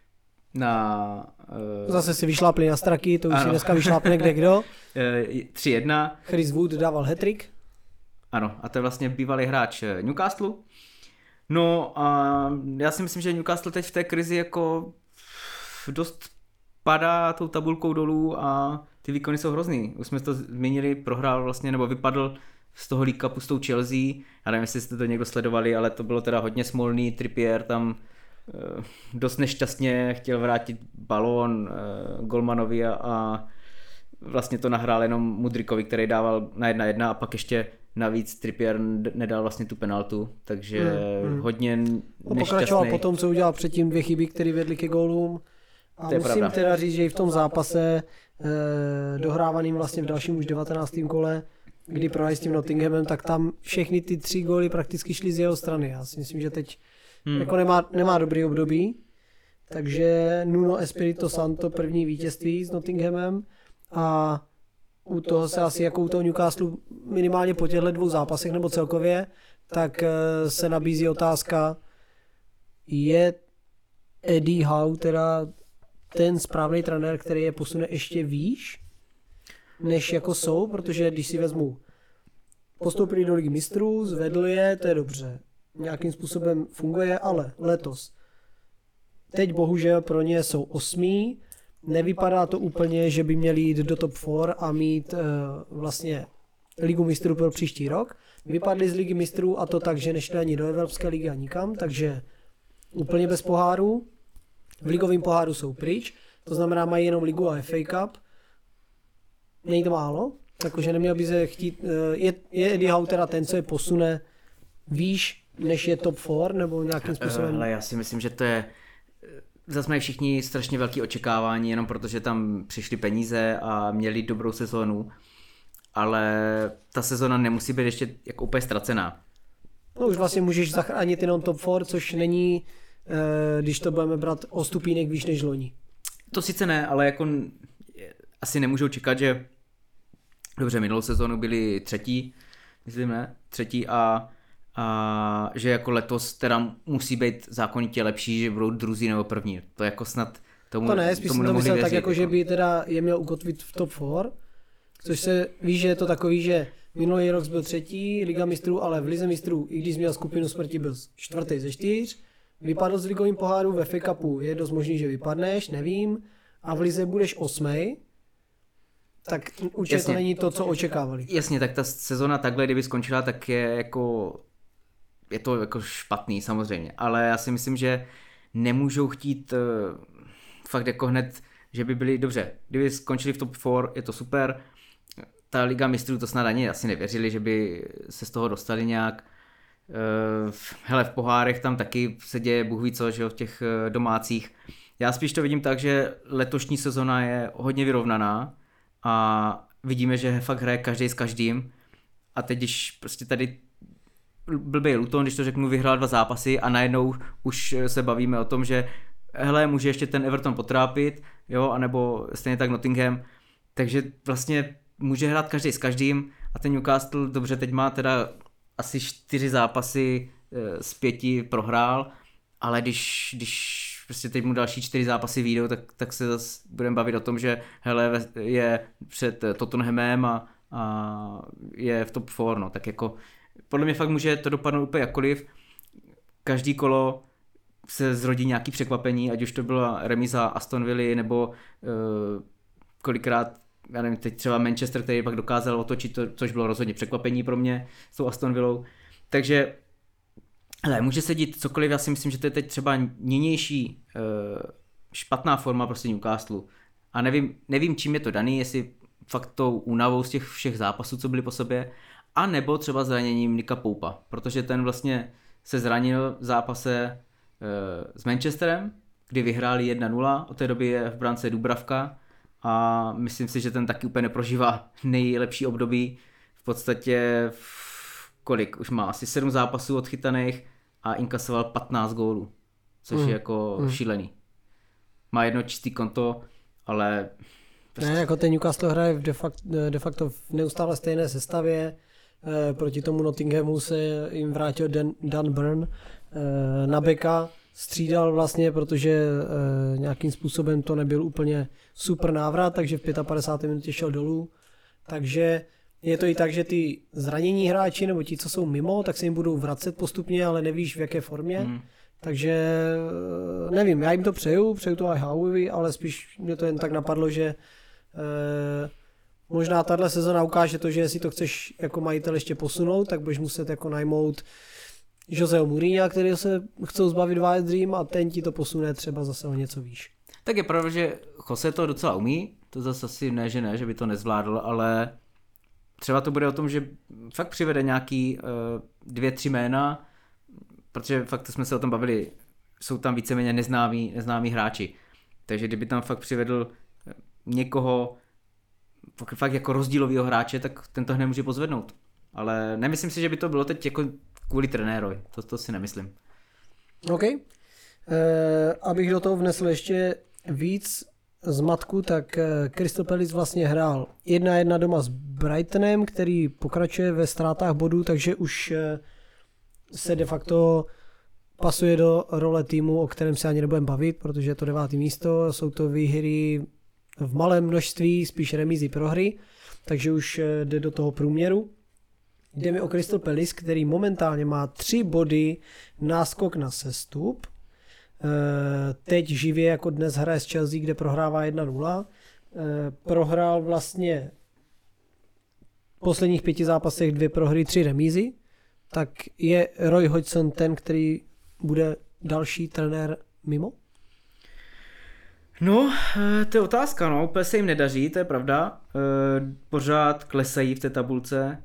Zase si vyšlápli na straky, to už si dneska vyšlápne kdo. 3-1. Chris Wood dával hat-trick. Ano, a to je vlastně bývalý hráč Newcastle. No a já si myslím, že Newcastle teď v té krizi jako dost padá tou tabulkou dolů a ty výkony jsou hrozný. Už jsme to zmínili, prohrál vlastně, nebo vypadl z toho League Cupu s tou Chelsea. Já nevím, jestli jste to někdo sledovali, ale to bylo teda hodně smolný. Trippier tam dost nešťastně chtěl vrátit balón golmanovi a vlastně to nahrál jenom Mudrykovi, který dával na 1-1 a pak ještě navíc Trippier nedal vlastně tu penaltu, takže hodně nešťastný. Pokračoval po tom, co udělal předtím 2 chyby, které vedly ke gólům. A musím teda říct, že i v tom zápase dohrávaným vlastně v dalším už 19. kole, kdy prohráli s tím Nottinghamem, tak tam všechny ty 3 góly prakticky šly z jeho strany. Já si myslím, že teď jako nemá dobrý období, takže Nuno Espirito Santo první vítězství s Nottinghamem a u toho se asi jako u toho Newcastle minimálně po těchto 2 zápasech nebo celkově, tak se nabízí otázka, je Eddie Howe teda ten správný trenér, který je posune ještě výš, než jako jsou, protože když si vezmu, postoupili do Ligy mistrů, zvedl je, to je dobře, nějakým způsobem funguje, ale letos, teď bohužel pro ně jsou 8. nevypadá to úplně, že by měli jít do top 4 a mít vlastně Ligu mistrů pro příští rok. Vypadli z Ligy mistrů a to tak, že nešli ani do Evropské ligy a nikam, takže úplně bez poháru. V ligovém poháru jsou pryč, to znamená mají jenom ligu a FA Cup. Není to málo, takže neměl by se chtít, je Eddie Howe teda ten, co je posune výš, než je top 4, nebo nějakým způsobem? Hele, já si myslím, že to je, zase mají všichni strašně velké očekávání, jenom protože tam přišly peníze a měli dobrou sezónu, ale ta sezóna nemusí být ještě jako úplně ztracená. No už vlastně můžeš zachránit jenom top 4, což není, když to budeme brát o stupínek výš než loni. To sice ne, ale jako asi nemůžou čekat, že dobře, minulou sezónu byli třetí, myslím ne, třetí a že jako letos teda musí být zákonitě lepší, že budou druzí nebo první. To jako snad tomu to ne, spíš jsem to myslel tak, jako že by teda je měl ukotvit v top 4, což se ví, že je to takový, že minulý rok byl třetí, Liga mistrů, ale v Lize mistrů, i když měl skupinu smrti, byl čtvrtý ze 4, vypadl s ligovým poháru, ve FA Cupu je dost možný, že vypadneš, nevím, a v Lize budeš 8, tak určitě to není to, co očekávali. Jasně, tak ta sezona takhle, kdyby skončila, tak je to jako špatný samozřejmě, ale já si myslím, že nemůžou chtít fakt jako hned, že by byli dobře, kdyby skončili v top 4, je to super, ta Liga mistrů to snad ani asi nevěřili, že by se z toho dostali nějak. Hele, v pohárech tam taky se děje bůh ví co, že jo, v těch domácích. Já spíš to vidím tak, že letošní sezona je hodně vyrovnaná a vidíme, že fakt hraje každý s každým a teď když prostě tady blbej Luton, když to řeknu, vyhrál 2 zápasy a najednou už se bavíme o tom, že hele, může ještě ten Everton potrápit, jo, anebo stejně tak Nottingham, takže vlastně může hrát každý s každým a ten Newcastle dobře teď má teda asi 4 zápasy z 5 prohrál, ale když prostě teď mu další 4 zápasy vyjdou, tak se zase budeme bavit o tom, že hele, je před Tottenhamem a je v top 4, no, tak jako podle mě fakt může to dopadnout úplně jakkoliv. Každý kolo se zrodí nějaký překvapení, ať už to byla remíza Aston Villa, nebo kolikrát, já nevím, teď třeba Manchester, který pak dokázal otočit to, což bylo rozhodně překvapení pro mě s tou Aston Villou. Takže hele, může se dít cokoliv, já si myslím, že to je teď třeba nynější špatná forma prostě Newcastle. A nevím, čím je to daný, jestli fakt tou únavou z těch všech zápasů, co byly po sobě, a nebo třeba zraněním Nicka Poupa, protože ten vlastně se zranil v zápase s Manchesterem, kdy vyhráli 1-0, od té doby je v brance Dubravka a myslím si, že ten taky úplně neprožívá nejlepší období. V podstatě kolik? Už má asi 7 zápasů odchytaných a inkasoval 15 gólů, což je jako šílený. Má jedno čistý konto, ale... Ne, jako ten Newcastle hraje de facto v neustále stejné sestavě. Proti tomu Nottinghamu se jim vrátil Dan Burn na beka. Střídal vlastně, protože nějakým způsobem to nebyl úplně super návrat, takže v 55. minutě šel dolů. Takže je to i tak, že ty zranění hráči nebo ti, co jsou mimo, tak se jim budou vracet postupně, ale nevíš v jaké formě. Takže nevím, já jim to přeju to aj Howeovi, ale spíš mě to jen tak napadlo, že možná tahle sezona ukáže to, že jestli to chceš jako majitel ještě posunout, tak budeš muset jako najmout Joseho Mourinha, který se chcou zbavit Wild Dream a ten ti to posune třeba zase o něco výš. Tak je pravda, že Jose to docela umí, to zase asi ne, že by to nezvládl, ale třeba to bude o tom, že fakt přivede nějaký 2-3 jména, protože fakt jsme se o tom bavili, jsou tam víceméně neznámí hráči. Takže kdyby tam fakt přivedl někoho fakt jako rozdílovýho hráče, tak ten to hned může pozvednout. Ale nemyslím si, že by to bylo teď jako kvůli trenérovi. To si nemyslím. OK. Abych do toho vnesl ještě víc zmatku, tak Crystal Palace vlastně hrál 1-1 doma s Brightonem, který pokračuje ve ztrátách bodů, takže už se de facto pasuje do role týmu, o kterém se ani nebudeme bavit, protože je to 9. místo, jsou to výhry v malém množství, spíš remízy prohry, takže už jde do toho průměru. Jde mi o Crystal Palace, který momentálně má 3 body náskok na sestup. teď živě jako dnes hraje s Chelsea, kde prohrává 1-0. Prohrál vlastně v posledních 5 zápasech 2 prohry, 3 remízy. Tak je Roy Hodgson ten, který bude další trenér mimo? No, to je otázka, no, úplně se jim nedaří, to je pravda. Pořád klesají v té tabulce.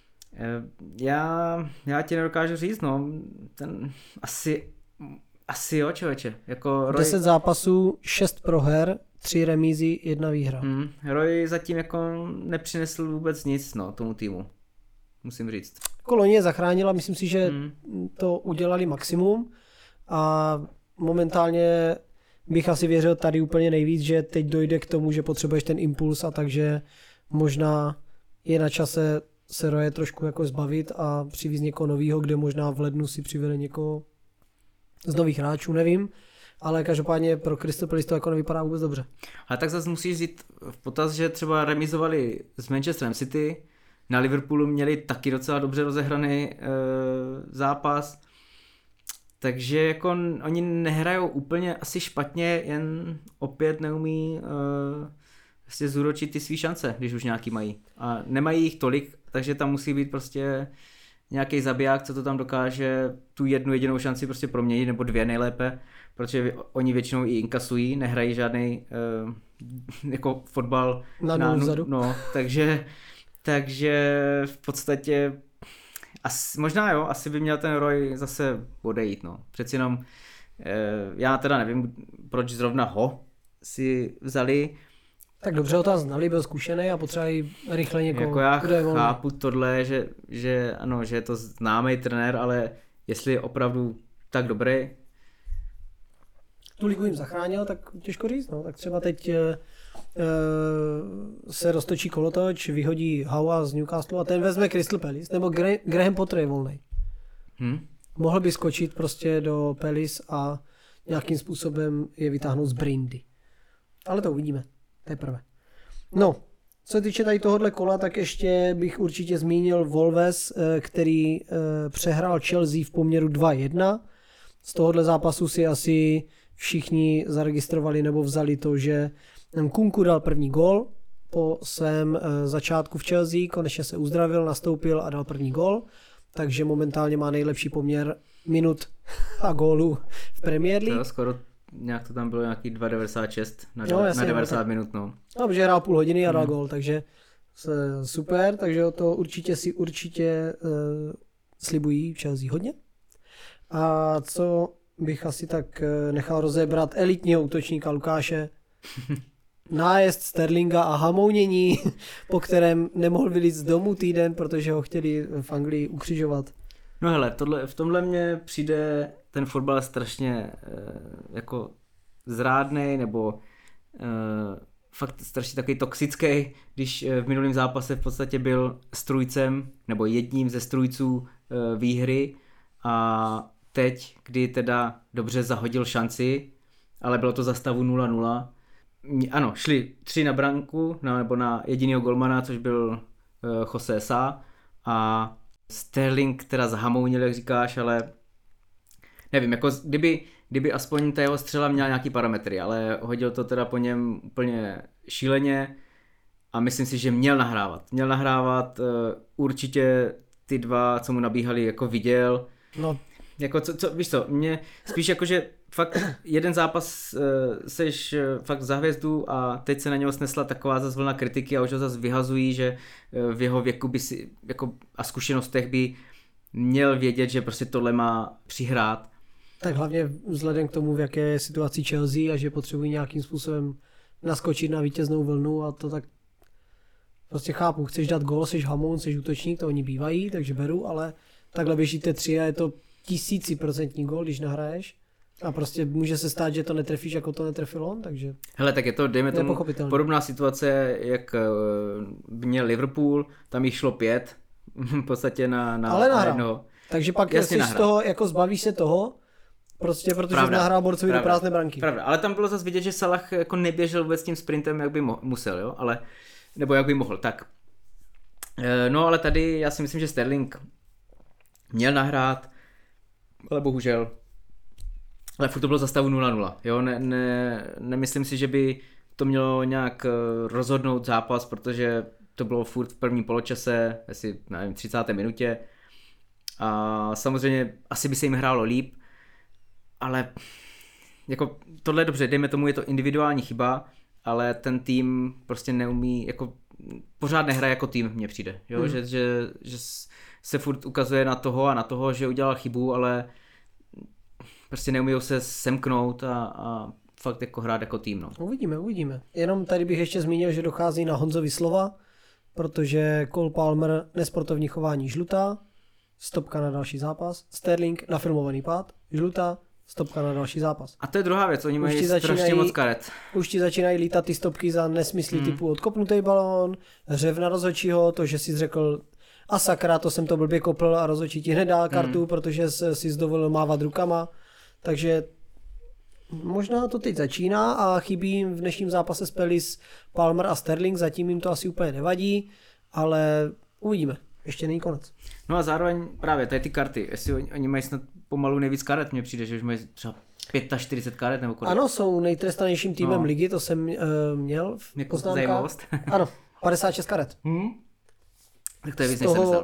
Já ti nedokážu říct, no, ten asi jo, člověče. Jako Roy... 10 zápasů, 6 proher, 3 remízy, 1 výhra. Roy zatím jako nepřinesl vůbec nic, no, tomu týmu. Musím říct. Jako loni je zachránila, myslím si, že to udělali maximum a momentálně bych asi věřil tady úplně nejvíc, že teď dojde k tomu, že potřebuješ ten impuls a takže možná je na čase se Roje trošku jako zbavit a přivízt někoho novýho, kde možná v lednu si přivede někoho z nových hráčů, nevím, ale každopádně pro Crystal Palace to jako nevypadá vůbec dobře. Ale tak zase musíš říct v potaz, že třeba remizovali s Manchesterem City, na Liverpoolu měli taky docela dobře rozehraný zápas, takže jako oni nehrajou úplně asi špatně, jen opět neumí prostě zúročit ty svý šance, když už nějaký mají. A nemají jich tolik, takže tam musí být prostě nějaký zabiják, co to tam dokáže tu jednu jedinou šanci prostě proměnit, nebo 2 nejlépe, protože oni většinou i inkasují, nehrají žádný jako fotbal no, takže v podstatě možná jo, asi by měl ten Roy zase odejít, no. Přeci jenom já teda nevím, proč zrovna ho si vzali. Tak dobře ho tam znali, byl zkušený a potřebovali rychle někoho. Jako já chápu tohle, že ano, že je to známý trenér, ale jestli je opravdu tak dobrý. Tu ligu jim zachránil, tak těžko říct, no. Tak třeba teď se roztočí kolotoč, vyhodí Howa z Newcastle a ten vezme Crystal Palace, nebo Graham Potter je volnej. Mohl by skočit prostě do Palace a nějakým způsobem je vytáhnout z Brindy. Ale to uvidíme, teprve. No, co se týče tady tohohle kola, tak ještě bych určitě zmínil Wolves, který přehrál Chelsea v poměru 2-1. Z tohohle zápasu si asi všichni zaregistrovali nebo vzali to, že Nkunku dal první gól po svém začátku v Chelsea, konečně se uzdravil, nastoupil a dal první gól, takže momentálně má nejlepší poměr minut a gólů v Premier League. To skoro nějak to tam bylo nějaký 2,96 na 90 minut. No, protože hrál půl hodiny a dal gól, takže super, takže to určitě slibují Chelsea hodně. A co bych asi tak nechal rozebrat elitního útočníka Lukáše, nájezd Sterlinga a hamounění, po kterém nemohl vylít z domu týden, protože ho chtěli v Anglii ukřižovat. No hele, v tomhle mně přijde ten fotbal strašně jako zrádnej, nebo fakt strašně takový toxický, když v minulém zápase v podstatě byl strůjcem, nebo jedním ze strůjců výhry a teď, kdy teda dobře zahodil šanci, ale bylo to za stavu 0-0. Ano, šli 3 na branku, nebo na jedinýho golmana, což byl José Sá a Sterling teda zahamounil, jak říkáš, ale nevím, jako kdyby aspoň ta jeho střela měla nějaký parametry, ale hodil to teda po něm úplně šíleně a myslím si, že měl nahrávat, určitě ty 2, co mu nabíhali, jako viděl. No. Jako víš co, mě spíš jako, že fakt jeden zápas seš fakt za hvězdu a teď se na něho snesla taková zase vlna kritiky a už ho zase vyhazují, že v jeho věku by si jako a zkušenostech by měl vědět, že prostě tohle má přihrát. Tak hlavně vzhledem k tomu, v jaké je situaci Chelsea a že potřebují nějakým způsobem naskočit na vítěznou vlnu a to tak prostě chápu, chceš dát gól, jsi hamoun, jsi útočník, to oni bývají, takže beru, ale takhle běžíte 3 a je to 1000% gól, když nahraješ. A prostě může se stát, že to netrefíš, jako to netrefil on, takže... Hele, tak je to, dejme tomu, podobná situace, jak měl Liverpool, tam jich šlo 5, v podstatě na jednoho. Takže pak jasně z toho, jako zbavíš se toho, prostě protože nahrál borcovi do prázdné branky. Pravda, ale tam bylo zase vidět, že Salah jako neběžel vůbec tím sprintem, jak by musel, jo, ale, nebo jak by mohl, tak. No ale tady já si myslím, že Sterling měl nahrát, ale bohužel Ale furt to bylo za stavu 0-0, jo, nemyslím si, že by to mělo nějak rozhodnout zápas, protože to bylo furt v prvním poločase, asi, nevím, 30. minutě a samozřejmě asi by se jim hrálo líp, ale jako tohle je dobře, dejme tomu, je to individuální chyba, ale ten tým prostě neumí, jako pořád nehraje jako tým, mně přijde, jo, že se furt ukazuje na toho, že udělal chybu, ale prostě neumí se semknout a fakt jako hrát jako tým. No. Uvidíme. Jenom tady bych ještě zmínil, že dochází na Honzovi slova, protože Cole Palmer nesportovní chování žlutá, stopka na další zápas, Sterling nafilmovaný pád, žlutá, stopka na další zápas. A to je druhá věc, oni mají strašně moc karet. Už ti začínají lítat ty stopky za nesmysly typu odkopnutý balón, hřev na rozhodčího, to, že jsi řekl a sakra, to jsem to blbě kopl a rozhodčí ti hned dá kartu, protože jsi dovolil mávat rukama. Takže možná to teď začíná a chybí jim v dnešním zápase s Pelis Palmer a Sterling, zatím jim to asi úplně nevadí, ale uvidíme, ještě není konec. No a zároveň právě tady ty karty, jestli oni mají snad pomalu nejvíc karet, mně přijde, že už mají třeba 45 karet nebo kolik. Ano, jsou nejtrestanějším týmem ligy, to jsem měl v poznámkách. Ano, 56 karet. Tak to je víc než 70.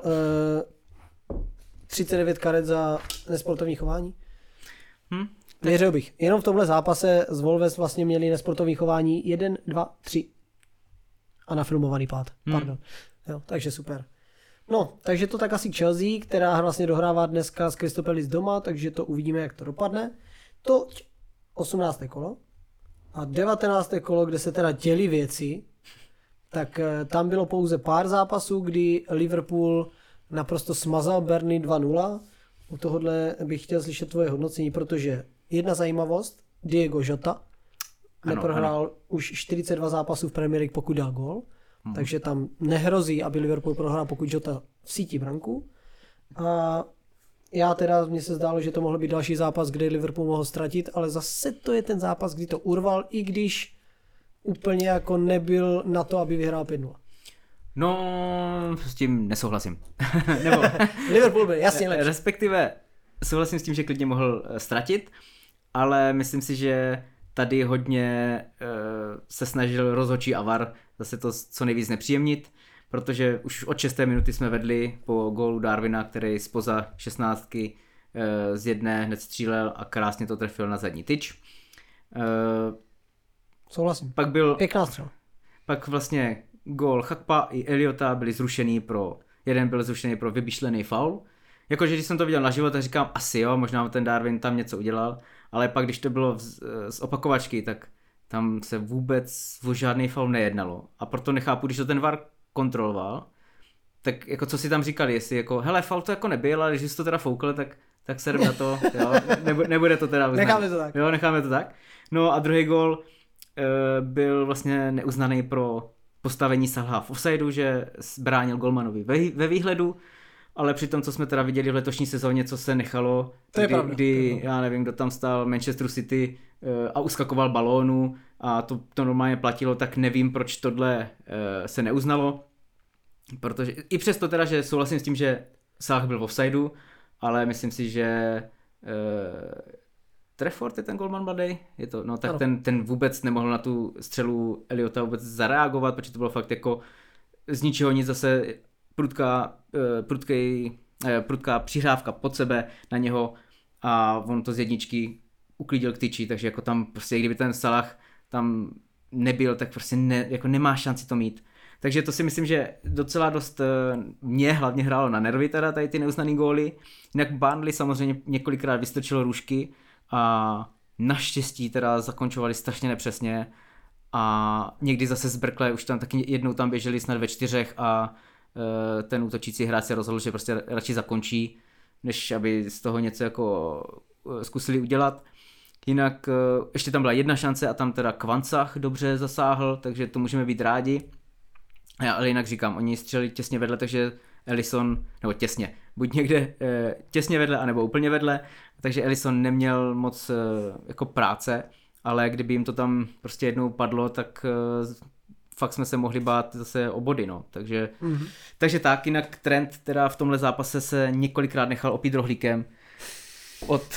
39 karet za nesportovní chování. Věřil bych. Jenom v tomhle zápase z Wolves vlastně měli nesportovní chování 1, 2, 3 a nafilmovaný pád. Pardon. Jo, takže super. No, takže to tak asi Chelsea, která vlastně dohrává dneska s Crystal Palace doma, takže to uvidíme, jak to dopadne. To 18. kolo a 19. kolo, kde se teda dělí věci, tak tam bylo pouze pár zápasů, kdy Liverpool naprosto smazal Burnley 2-0. U tohohle bych chtěl slyšet tvoje hodnocení, protože jedna zajímavost, Diego Jota neprohrál už 42 zápasů v Premier League, pokud dal gól, takže tam nehrozí, aby Liverpool prohrál, pokud Jota vsítí branku. A mně se zdálo, že to mohl být další zápas, kde Liverpool mohl ztratit, ale zase to je ten zápas, kdy to urval, i když úplně jako nebyl na to, aby vyhrál 5-0. No, s tím nesouhlasím. Nebo Liverpool byl jasně lepší. Respektive souhlasím s tím, že klidně mohl ztratit, ale myslím si, že tady hodně se snažil rozhodčí a VAR zase to co nejvíc nepříjemnit, protože už od 6. minuty jsme vedli po gólu Darwina, který spoza 16 z jedné hned střílel a krásně to trefil na zadní tyč. Souhlasím. Pak byl pěkná střela. Pak vlastně gól Chakpa i Eliota byli zrušený jeden byl zrušený pro vymyšlený faul. Jakože když jsem to viděl naživo, tak říkám asi jo, možná ten Darwin tam něco udělal, ale pak když to bylo z opakovačky, tak tam se vůbec o žádný faul nejednalo. A proto nechápu, když to ten VAR kontroloval, tak jako co si tam říkali, jestli jako hele, faul to jako nebyl, ale když jsi to teda foukl, tak se na to, jo, nebude to teda uznaný. Necháme to tak. Jo, necháme to tak. No a druhý gól byl vlastně neuznaný pro postavení Salaha v offsideu, že bránil golmanovi ve výhledu, ale při tom, co jsme teda viděli v letošní sezóně, co se nechalo, kdy já nevím, kdo tam stál Manchesteru City a uskakoval balónu a to normálně platilo, tak nevím, proč tohle se neuznalo, protože i přesto teda, že souhlasím s tím, že Salah byl v offsideu, ale myslím si, že Trafford je ten golman mladý, je to, no tak ten vůbec nemohl na tu střelu Eliota vůbec zareagovat, protože to bylo fakt jako z ničeho nic, zase prudká přihrávka pod sebe na něho a on to z jedničky uklidil k tyči, takže jako tam prostě kdyby ten Salah tam nebyl, tak prostě jako nemá šanci to mít. Takže to si myslím, že docela dost mě hlavně hrálo na nervy teda tady ty neuznaný góly. Jinak Burnley samozřejmě několikrát vystrčilo růžky a naštěstí teda zakončovali strašně nepřesně a někdy zase zbrkle, už tam taky jednou tam běželi snad ve 4 a ten útočící hráč se rozhodl, že prostě radši zakončí, než aby z toho něco jako zkusili udělat. Jinak ještě tam byla jedna šance a tam teda Kvansach dobře zasáhl, takže to můžeme být rádi. Ale jinak říkám, oni střelili těsně vedle, takže Alisson, nebo těsně, buď někde těsně vedle, anebo úplně vedle, takže Alisson neměl moc jako práce, ale kdyby jim to tam prostě jednou padlo, tak fakt jsme se mohli bát zase o body, no. Takže tak, jinak Trent teda v tomhle zápase se několikrát nechal opít rohlíkem od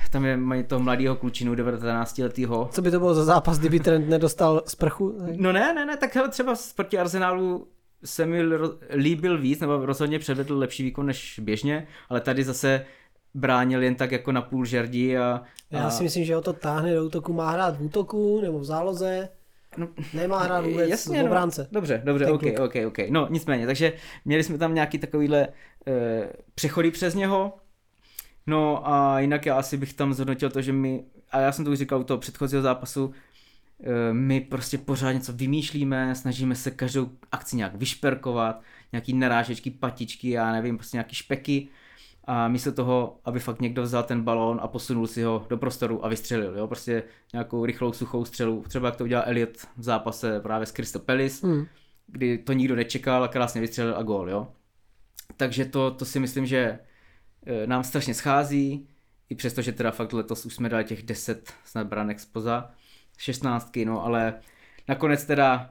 tam mají toho mladého klučinu, 19letýho. Co by to bylo za zápas, kdyby Trent nedostal sprchu? No ne, tak hele, třeba proti Arsenálu se mi líbil víc, nebo rozhodně předvedl lepší výkon než běžně, ale tady zase bránil jen tak jako na půl žerdí Já si myslím, že ho to táhne do útoku, má hrát v útoku nebo v záloze, nemá hrát vůbec jasně, v obránce. No, dobře, OK. No nicméně, takže měli jsme tam nějaký takovýhle přechody přes něho, no a jinak já asi bych tam zhodnotil to, že a já jsem to už říkal u toho předchozího zápasu, my prostě pořád něco vymýšlíme, snažíme se každou akci nějak vyšperkovat, nějaký narážečky, patičky, já nevím, prostě nějaký špeky a místo toho, aby fakt někdo vzal ten balón a posunul si ho do prostoru a vystřelil, jo, prostě nějakou rychlou suchou střelu, třeba jak to udělal Elliot v zápase právě s Crystal Palace, kdy to nikdo nečekal a krásně vystřelil a gól, jo. Takže to si myslím, že nám strašně schází, i přesto, že teda fakt letos už jsme dali těch 10 snad branek spoza 16, no ale nakonec teda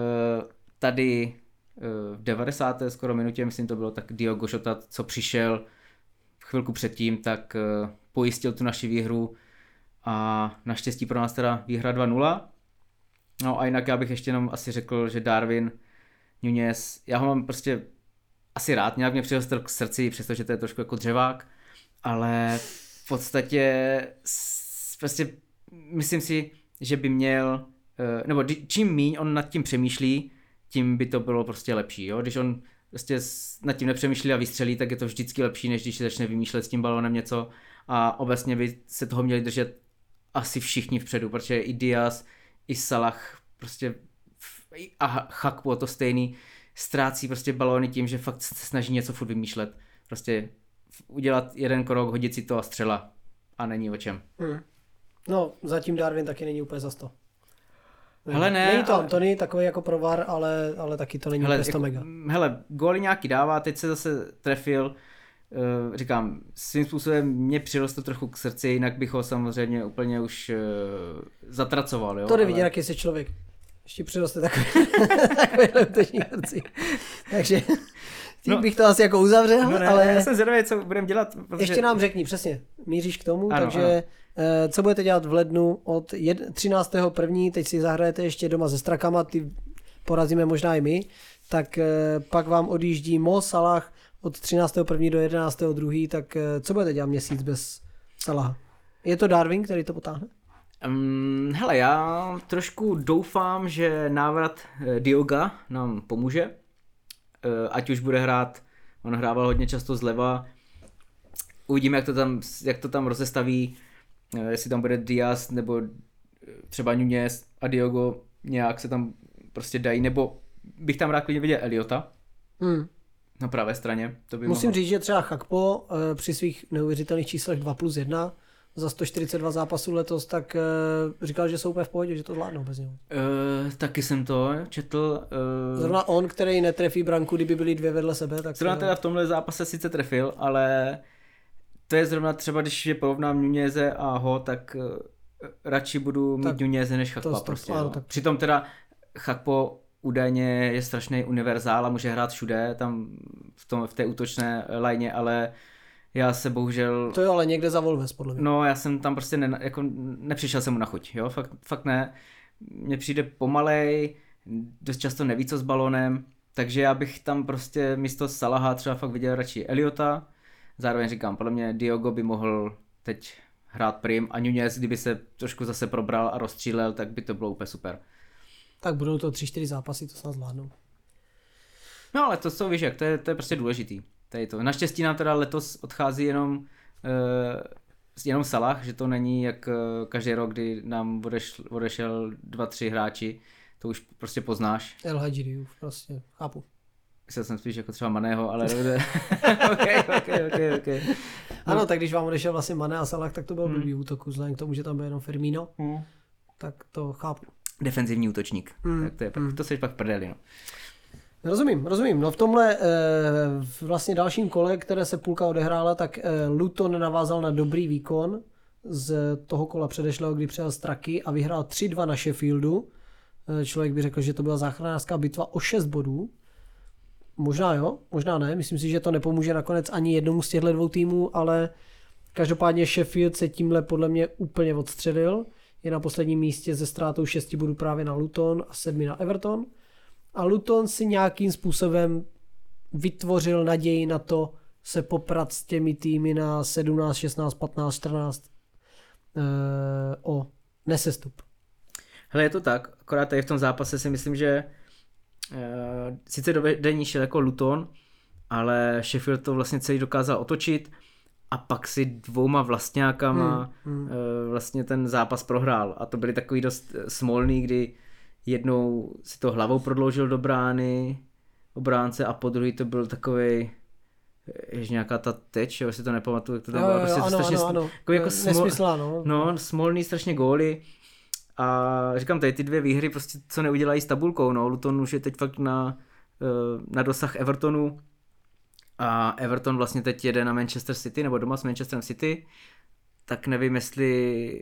tady v 90. skoro minutě, myslím to bylo, tak Diogo Jota, co přišel chvilku předtím, tak pojistil tu naši výhru a naštěstí pro nás teda výhra 2-0. No a jinak já bych ještě jenom asi řekl, že Darwin Núñez, já ho mám prostě asi rád, nějak mě přirostl k srdci, přestože to je trošku jako dřevák, ale v podstatě prostě myslím si, že by měl, nebo čím míň on nad tím přemýšlí, tím by to bylo prostě lepší, jo? Když on prostě nad tím nepřemýšlí a vystřelí, tak je to vždycky lepší, než když se začne vymýšlet s tím balónem něco a obecně by se toho měli držet asi všichni vpředu, protože i Diaz, i Salah, prostě a Chakpo to stejný, ztrácí prostě balóny tím, že fakt se snaží něco furt vymýšlet. Prostě udělat jeden krok, hodit si to a střela. A není o čem. No, zatím Darwin taky není úplně za 100. Hele, ne, není to Antony takový jako provar, ale taky to není úplně 100 mega. Hele, góly nějaký dává, teď se zase trefil. Říkám, svým způsobem mě přirostl trochu k srdci, jinak bych ho samozřejmě úplně už zatracoval. Jo? To jde vidět, jaký jsi člověk. Ještě přiroste takovýhle útoční srdci. Takže tím bych to asi jako uzavřel. No ne, ale já jsem zvědavý, co budeme dělat. Protože... Ještě nám řekni, přesně, míříš k tomu, ano, takže co budete dělat v lednu od 13.1., teď si zahrajete ještě doma se Strakama, ty porazíme možná i my, tak pak vám odjíždí Mo Salah od 13.1. do 11.2., tak co budete dělat měsíc bez Salaha? Je to Darwin, který to potáhne? Hele, já trošku doufám, že návrat Dioga nám pomůže, ať už bude hrát, on hrával hodně často zleva, uvidíme, jak to tam rozestaví, jestli tam bude Diaz nebo třeba Núñez a Diogo nějak se tam prostě dají, nebo bych tam rád klidně viděl Eliota na pravé straně. To by Musím říct, že třeba Chakpo při svých neuvěřitelných číslech 2+1 za 142 zápasů letos, tak říkal, že jsou úplně v pohodě, že to zvládnou bez něho. Taky jsem to četl. Zrovna on, který netrefí branku, kdyby byli dvě vedle sebe. Tak zrovna teda v tomhle zápase sice trefil, ale to je zrovna třeba, když je porovnám Núñeze a Ho, tak radši budu mít Núñeze než Chakpa prostě. Ano, tak. Přitom teda Chakpo údajně je strašný univerzál a může hrát všude, tam v té útočné lajně, ale já se bohužel... To je ale někde za Wolves, podle mě. No, já jsem tam prostě nepřišel jsem mu na chuť, jo, fakt ne. Mně přijde pomalej, dost často neví co s balónem, takže já bych tam prostě místo Salaha třeba fakt viděl radši Eliota. Zároveň říkám, podle mě Diogo by mohl teď hrát prim a Núñez, kdyby se trošku zase probral a rozstřílel, tak by to bylo úplně super. Tak budou to 3-4 zápasy, to snad zvládnou. No ale to jsou, víš jak, to je prostě důležitý. To. Naštěstí nám teda letos odchází jenom Salah, že to není jak každý rok, kdy nám odešel 2-3 hráči, to už prostě poznáš. El Hadji, prostě, chápu. Myslel jsem spíš jako třeba Maného, ale okay. Ano, tak když vám odešel vlastně Mané a Salah, tak to byl blbý útok, vzhledem k tomu, že tam byl jenom Firmino, tak to chápu. Defenzivní útočník, tak to seš pak v prdeli, no. Rozumím. No v tomhle vlastně dalším kole, které se půlka odehrála, tak Luton navázal na dobrý výkon z toho kola předešlého, kdy přijel Straky a vyhrál 3-2 na Sheffieldu. Člověk by řekl, že to byla záchranářská bitva o 6 bodů. Možná jo, možná ne. Myslím si, že to nepomůže nakonec ani jednomu z těchto dvou týmů, ale Každopádně Sheffield se tímhle podle mě úplně odstřelil. Je na posledním místě ze ztrátou 6 bodů právě na Luton a 7 na Everton. A Luton si nějakým způsobem vytvořil naději na to se poprat s těmi týmy na 17, 16, 15, 14 o nesestup. Hele, je to tak, akorát tady v tom zápase si myslím, že sice do vedení šel jako Luton, ale Sheffield to vlastně celý dokázal otočit a pak si 2 vlastňákama vlastně ten zápas prohrál. A to byly takový dost smolný, kdy jednou si to hlavou prodloužil do brány obránce a po druhý to byl takovej nějaká ta teč, jo, si to nepamatuju, jak to tam bylo. Prostě ano, strašně ano. jako Nesmysl, no, smolný strašně góly. A říkám, tady ty 2 výhry prostě co neudělají s tabulkou, no, Luton už je teď fakt na dosah Evertonu a Everton vlastně teď jede na Manchester City, nebo doma s Manchesterem City, tak nevím, jestli,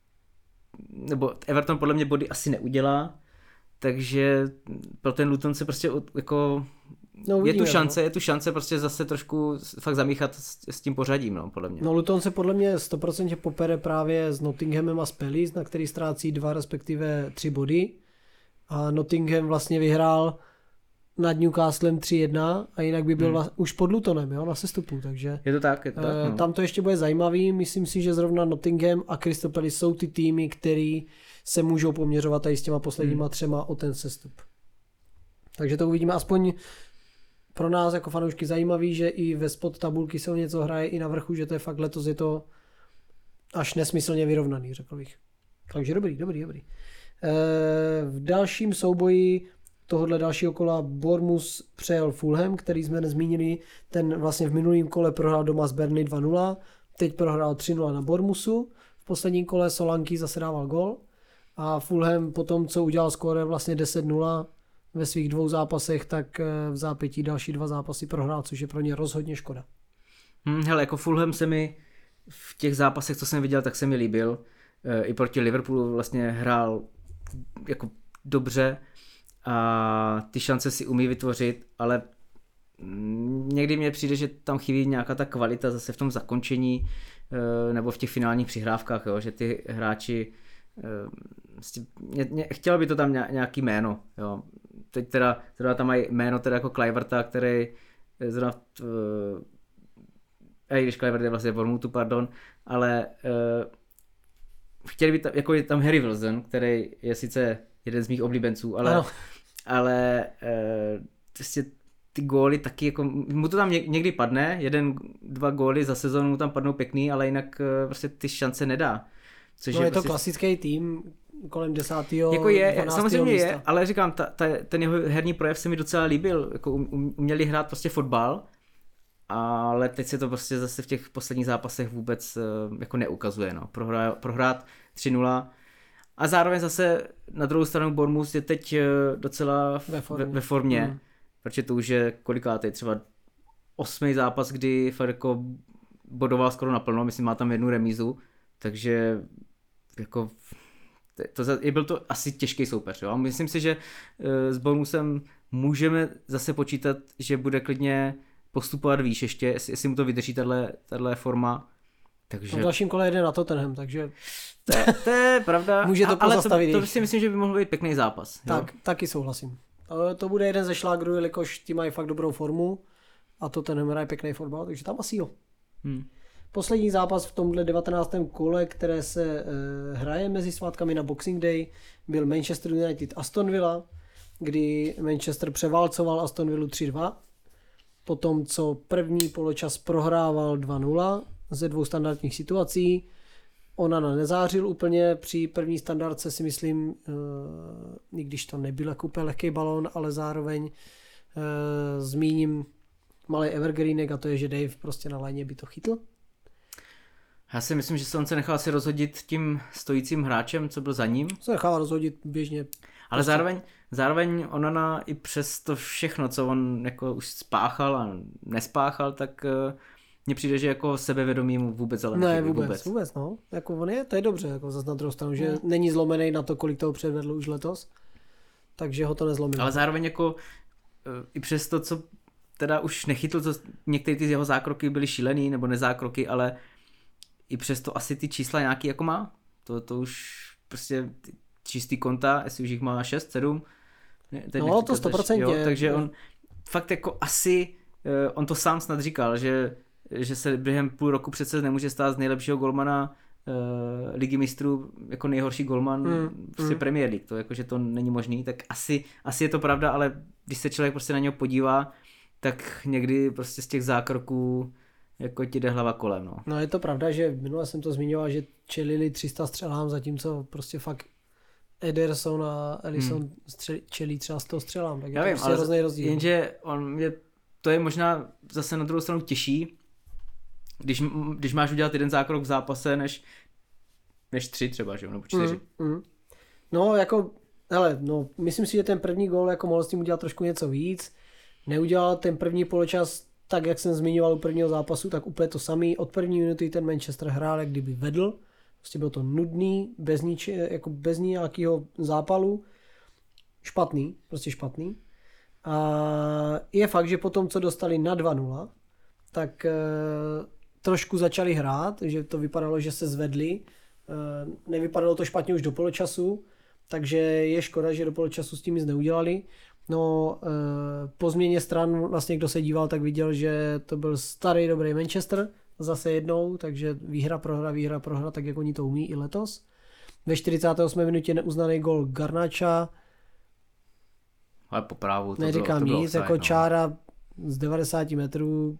nebo Everton podle mě body asi neudělá, takže pro ten Luton se prostě jako je tu šance prostě zase trošku fakt zamíchat s tím pořadím, no, podle mě. No Luton se podle mě 100% popere právě s Nottinghamem a s Palace, na který ztrácí 2 respektive 3 body. A Nottingham vlastně vyhrál nad Newcastlem 3-1 a jinak by byl už pod Lutonem, jo, na sestupu, takže je to tak, no. Tam to ještě bude zajímavý, myslím si, že zrovna Nottingham a Crystal Palace jsou ty týmy, který se můžou poměřovat tady s těma posledníma 3 o ten sestup. Takže to uvidíme, aspoň pro nás jako fanoušky zajímavý, že i ve spod tabulky se o něco hraje i na vrchu, že to je fakt letos je to až nesmyslně vyrovnaný, řekl bych. Takže dobrý. V dalším souboji tohohle dalšího kola Bournemouth přejel Fulham, který jsme nezmínili, ten vlastně v minulém kole prohrál doma z Burnley 2-0, teď prohrál 3-0 na Bournemouthu, v posledním kole Solanke zase dával gol a Fulham po tom, co udělal skóre vlastně 10-0 ve svých 2 zápasech, tak v zápětí další 2 zápasy prohrál, což je pro ně rozhodně škoda. Hele, jako Fulham se mi v těch zápasech, co jsem viděl, tak se mi líbil. I proti Liverpoolu vlastně hrál jako dobře a ty šance si umí vytvořit, ale někdy mně přijde, že tam chybí nějaká ta kvalita zase v tom zakončení nebo v těch finálních přihrávkách, jo, že ty hráči chtělo by to tam nějaký jméno, jo. Teď teda tam mají jméno teda jako Kluiverta, který zrovna když Kluivert je vlastně Bournemouthu, pardon, ale chtěli by tam, jako je tam Harry Wilson, který je sice jeden z mých oblíbenců, ale prostě ty góly taky, jako, mu to tam někdy padne, 1-2 góly za sezónu mu tam padnou pěkný, ale jinak prostě ty šance nedá. Což no je to prostě klasický tým kolem 10. Jako je, samozřejmě místa. je, ale říkám, ten jeho herní projev se mi docela líbil, jako uměli hrát prostě fotbal, ale teď se to prostě zase v těch posledních zápasech vůbec jako neukazuje, no. Prohrát 3-0 a zároveň zase na druhou stranu Bournemouth je teď docela ve formě, protože to už je kolikátej, třeba 8. zápas, kdy fakt jako bodoval skoro naplno, myslím má tam 1 remízu, takže jako byl to asi těžký soupeř, jo? Myslím si, že s Bournemouthem můžeme zase počítat, že bude klidně postupovat výš ještě, jestli mu to vydrží tahle forma. Takže... V dalším kole jede na Tottenham, takže... To je pravda, může to pozastavit. Ale to si myslím, že by mohl být pěkný zápas. Tak, taky souhlasím. To bude jeden ze šlágrů, jelikož ti mají fakt dobrou formu a Tottenham hraje pěkný fotbal, takže tam asi jo. Poslední zápas v tomhle 19. kole, které se hraje mezi svátkami na Boxing Day, byl Manchester United Aston Villa, kdy Manchester převálcoval Aston Villu 3-2. Potom, co první poločas prohrával 2-0 ze 2 standardních situací, Onana nezářil úplně, při první standardce si myslím, i když to nebyl jako úplně lehký balón, ale zároveň zmíním malý evergreenek a to je, že Dave prostě na léně by to chytl. Já si myslím, že se on se nechal si rozhodit tím stojícím hráčem, co byl za ním. Se nechal rozhodit běžně. Ale zároveň Onana i přes to všechno, co on jako už spáchal a nespáchal, tak mně přijde, že jako sebevědomí mu vůbec ale ne, vůbec, no. Jako on je, to je dobře, jako zase na druhou stranu, že není zlomený na to, kolik toho předvedl už letos, takže ho to nezlomilo. Ale zároveň jako i přes to, co teda už nechytl, co některé ty jeho zákroky byly šílený, nebo nezákroky, ale i přesto asi ty čísla nějaký jako má. To už prostě čistý konta, jestli už jich má 6, 7. No to 100%. Takže on fakt jako asi, on to sám snad říkal, že se během půl roku přece nemůže stát z nejlepšího golmana Ligy mistrů jako nejhorší golman prostě Premier League, to jakože to není možný, tak asi je to pravda, ale když se člověk prostě na něho podívá, tak někdy prostě z těch zákroků jako ti jde hlava kolem. No je to pravda, že minule jsem to zmiňoval, že čelili 300 střelám, zatímco prostě fakt Ederson a Alisson čelí třeba 100 střelám, tak je to prostě hrozný rozdíl. Jenže to je možná zase na druhou stranu těžší, když máš udělat jeden zákrok v zápase, než 3 třeba, že? Nebo 4. No jako, hele, no, myslím si, že ten první gól jako mohl s tím udělat trošku něco víc. Neudělal ten první poločas tak, jak jsem zmiňoval u prvního zápasu, tak úplně to samý. Od první minuty ten Manchester hrál, jak kdyby vedl. Prostě bylo to nudný, bez nějakého zápalu. Prostě špatný. A je fakt, že potom, co dostali na 2-0, tak trošku začali hrát, že to vypadalo, že se zvedli. Nevypadalo to špatně už do poločasu, takže je škoda, že do poločasu s tím nic neudělali. No, po změně stran, vlastně kdo se díval, tak viděl, že to byl starý dobrý Manchester, zase jednou, takže výhra, prohra, tak jak oni to umí i letos. Ve 48. minutě neuznaný gol Garnacha. Ale po právu to neříkám bylo nic, offside, jako čára z 90 metrů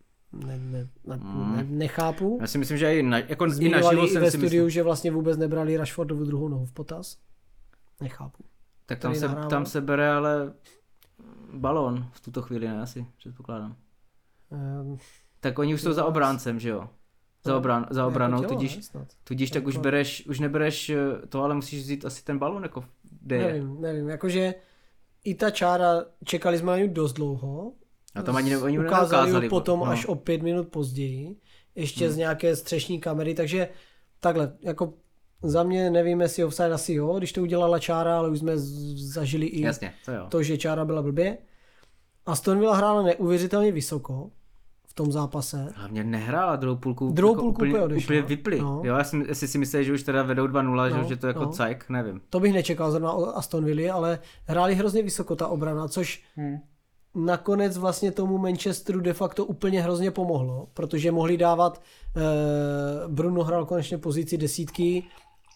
nechápu. Já si myslím, že i naživo jsem ve studiu, že vlastně vůbec nebrali Rashfordovu druhou nohu v potaz. Nechápu. Tak tam se bere ale balón v tuto chvíli, ne? Asi předpokládám. Tak oni už jsou za obráncem, že jo? Za obranou, tudíž tak už nebereš to, ale musíš vzít asi ten balón, jako nevím, jakože i ta čára, čekali jsme na ní dost dlouho. A tam ani oni ukázali potom až o 5 minut později, ještě z nějaké střešní kamery, takže takhle, jako za mě nevím, jestli offside asi jo, když to udělala čára, ale už jsme zažili i to, že čára byla blbě. Aston Villa hrála neuvěřitelně vysoko v tom zápase. Hlavně nehrála druhou půlku úplně vypli. No. Jo, jestli si myslíš, že už teda vedou 2-0, že to jako cajk, nevím. To bych nečekal zrovna o Aston Villa, ale hráli hrozně vysoko ta obrana, což nakonec vlastně tomu Manchesteru de facto úplně hrozně pomohlo, protože mohli dávat, Bruno hrál konečně pozici desítky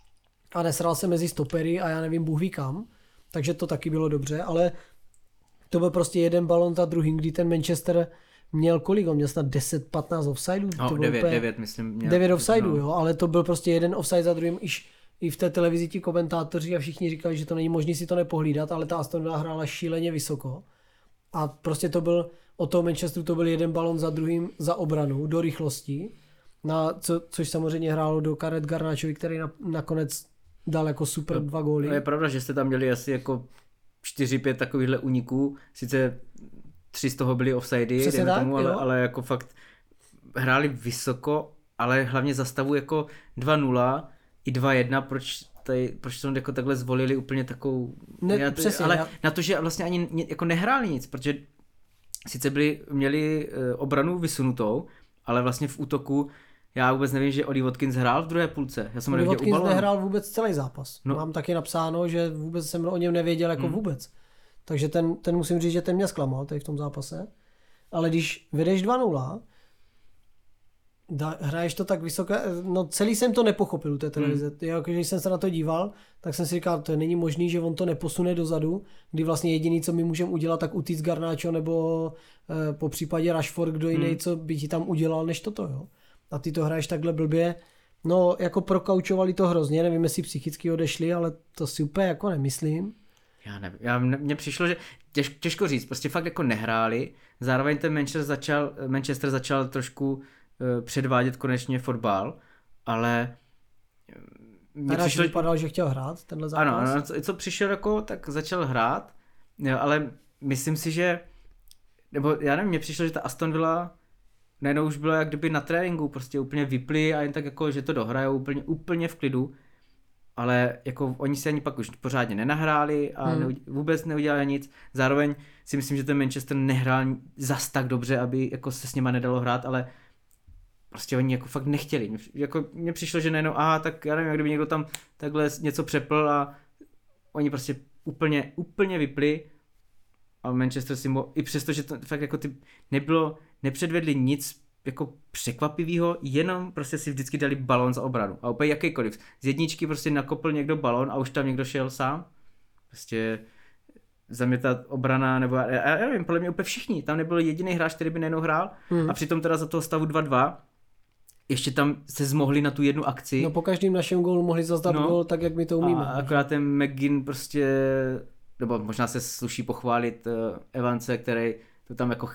a nesral se mezi stopery a já nevím, Bůh ví kam, takže to taky bylo dobře, ale to byl prostě jeden balon za druhým, kdy ten Manchester měl kolik? On měl snad 10-15 offsideů. No, 9 myslím. 9 offsideů, jo, ale to byl prostě jeden offside za druhým, i v té televizi ti komentátoři a všichni říkali, že to není možné si to nepohlídat, ale ta Aston Villa hrála šíleně vysoko. A prostě to byl, od toho Manchesteru to byl jeden balon za druhým za obranu, do rychlosti, což samozřejmě hrálo do karet Garnachovi, který nakonec dal jako super 2 góly. Je pravda, že jste tam měli asi jako 4-5 takovýchhle úniků, sice 3 z toho byly offsidy, ale jako fakt hráli vysoko, ale hlavně za stavu jako 2-0 i 2-1, proč to jako takhle zvolili úplně takovou... Na to, že vlastně ani jako nehráli nic, protože sice měli obranu vysunutou, ale vlastně v útoku já vůbec nevím, že Oli Watkins hrál v druhé půlce. Oli Watkins nehrál vůbec celý zápas. No. Mám taky napsáno, že vůbec jsem o něm nevěděl jako vůbec. Takže ten musím říct, že ten mě zklamal tady v tom zápase. Ale když vedeš 2-0, hraješ to tak vysoké, no celý jsem to nepochopil u té televize. Když jsem se na to díval, tak jsem si říkal, to není možný, že on to neposune dozadu, kdy vlastně jediný, co my můžeme udělat, tak utíct Garnacho nebo po případě Rashford, kdo jiný, co by ti tam udělal, než toto, jo. A ty to hraješ takhle blbě. No, jako prokaučovali to hrozně, nevím, jestli psychicky odešli, ale to si úplně jako nemyslím. Já nevím, mně přišlo, že těžko říct, prostě fakt jako nehráli, zároveň ten Manchester začal trošku předvádět konečně fotbal, ale přišlo, vypadal, že chtěl hrát tenhle zápas. Ano, co přišel jako, tak začal hrát, ale myslím si, že, nebo já nevím, mně přišlo, že ta Aston Villa najednou už bylo jak kdyby na tréninku, prostě úplně vypli a jen tak jako, že to dohrajou úplně v klidu, ale jako oni si ani pak už pořádně nenahráli a vůbec neudělali nic. Zároveň si myslím, že ten Manchester nehrál zas tak dobře, aby jako se s nima nedalo hrát, ale prostě oni jako fakt nechtěli. Jako mně přišlo, že nejenom, tak já nevím, jak kdyby někdo tam takhle něco přepl a oni prostě úplně vypli a Manchester si i přesto, že to fakt jako nepředvedli nic jako překvapivého, jenom prostě si vždycky dali balón za obranu a úplně jakýkoliv. Z jedničky prostě nakopl někdo balón a už tam někdo šel sám. Prostě za mě ta obrana, nebo já nevím, podle mě úplně všichni. Tam nebyl jediný hráč, který by nejenom hrál a přitom teda za toho stavu 2-2 ještě tam se zmohli na tu jednu akci. No po každém našem gólu mohli zazdat gól tak, jak my to umíme. A akorát ten McGinn prostě, nebo možná se sluší pochválit Evance, který to tam jako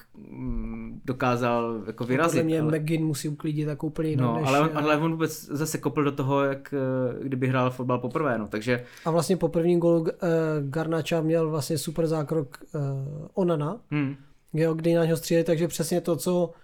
dokázal jako vyrazit. Podle mě McGinn musí uklidit tak úplně jinak než... ale on vůbec zase kopl do toho, jak kdyby hrál fotbal poprvé, no, takže... A vlastně po prvním gólu Garnacha měl vlastně super zákrok Onana, kdy na něho stříleli, takže přesně to, co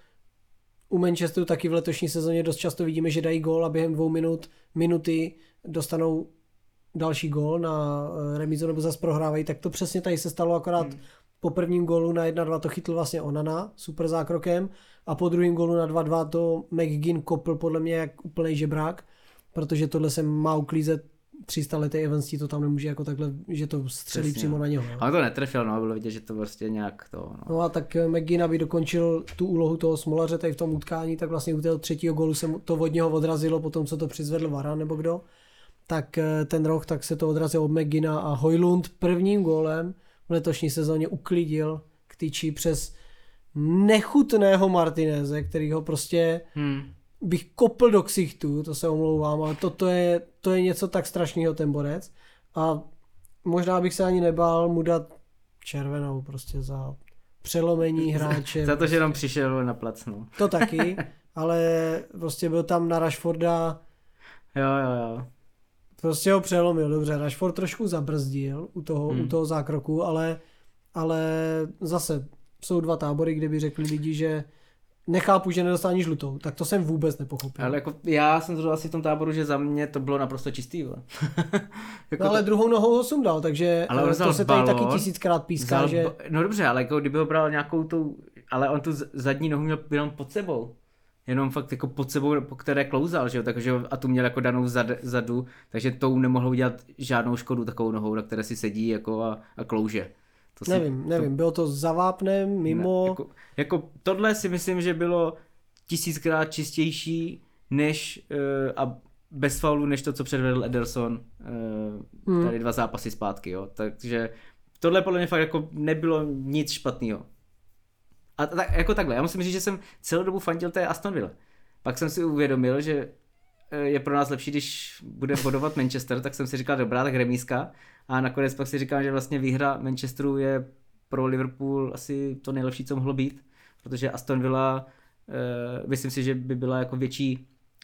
u Manchesteru taky v letošní sezóně dost často vidíme, že dají gól a během 2 minuty dostanou další gól na remízu nebo zase prohrávají, tak to přesně tady se stalo, akorát po prvním gólu na 1-2 to chytl vlastně Onana super zákrokem a po druhém gólu na 2-2 to McGinn kopl podle mě jak úplný žebrák, protože tohle se má uklízet 300 letý Evans to tam nemůže jako takhle, že to střelí přímo na něho. No. Ale to netrefil, no, bylo vidět, že to prostě nějak to... No a tak McGinn, aby dokončil tu úlohu toho Smolaře tady v tom utkání, tak vlastně u toho 3. gólu se to od něho odrazilo, potom co to přizvedl Varane nebo kdo, tak ten roh, tak se to odrazilo od McGinna a Højlund prvním gólem v letošní sezóně uklidil k tyči přes nechutného Martineze, který ho prostě bych kopl do ksichtu, to se omlouvám, ale to je něco tak strašného ten borec a možná bych se ani nebál mu dát červenou prostě za přelomení hráče. Za to, že nám přišel na plac, no. To taky, ale prostě byl tam na Rashforda. Jo. Prostě ho přelomil, dobře, Rashford trošku zabrzdil u toho zákroku, ale zase jsou 2 tábory, kde by řekli lidi, že nechápu, že nedostal ani žlutou, tak to jsem vůbec nepochopil. Ale jako já jsem to asi v tom táboru, že za mě to bylo naprosto čistý. Jako no ale druhou nohou ho sundal, takže to se tady taky 1000krát píská, že... No dobře, ale jako kdyby ho bral nějakou tou, ale on tu zadní nohu měl jenom pod sebou. Jenom fakt jako pod sebou, po které klouzal, že jo, takže a tu měl jako danou zadu, takže tou nemohl udělat žádnou škodu takovou nohou, na které si sedí jako a klouže. Nevím, bylo to za vápnem, mimo... Ne, jako tohle si myslím, že bylo 1000krát čistější než a bez faulu, než to, co předvedl Ederson tady 2 zápasy zpátky, jo, takže tohle podle mě fakt jako nebylo nic špatného. A jako takhle, já musím říct, že jsem celou dobu fandil té Aston Ville. Pak jsem si uvědomil, že je pro nás lepší, když bude bodovat Manchester, tak jsem si říkal, dobrá, tak remízka. A nakonec pak si říkám, že vlastně výhra Manchesteru je pro Liverpool asi to nejlepší, co mohlo být. Protože Aston Villa, myslím si, že by byla jako větší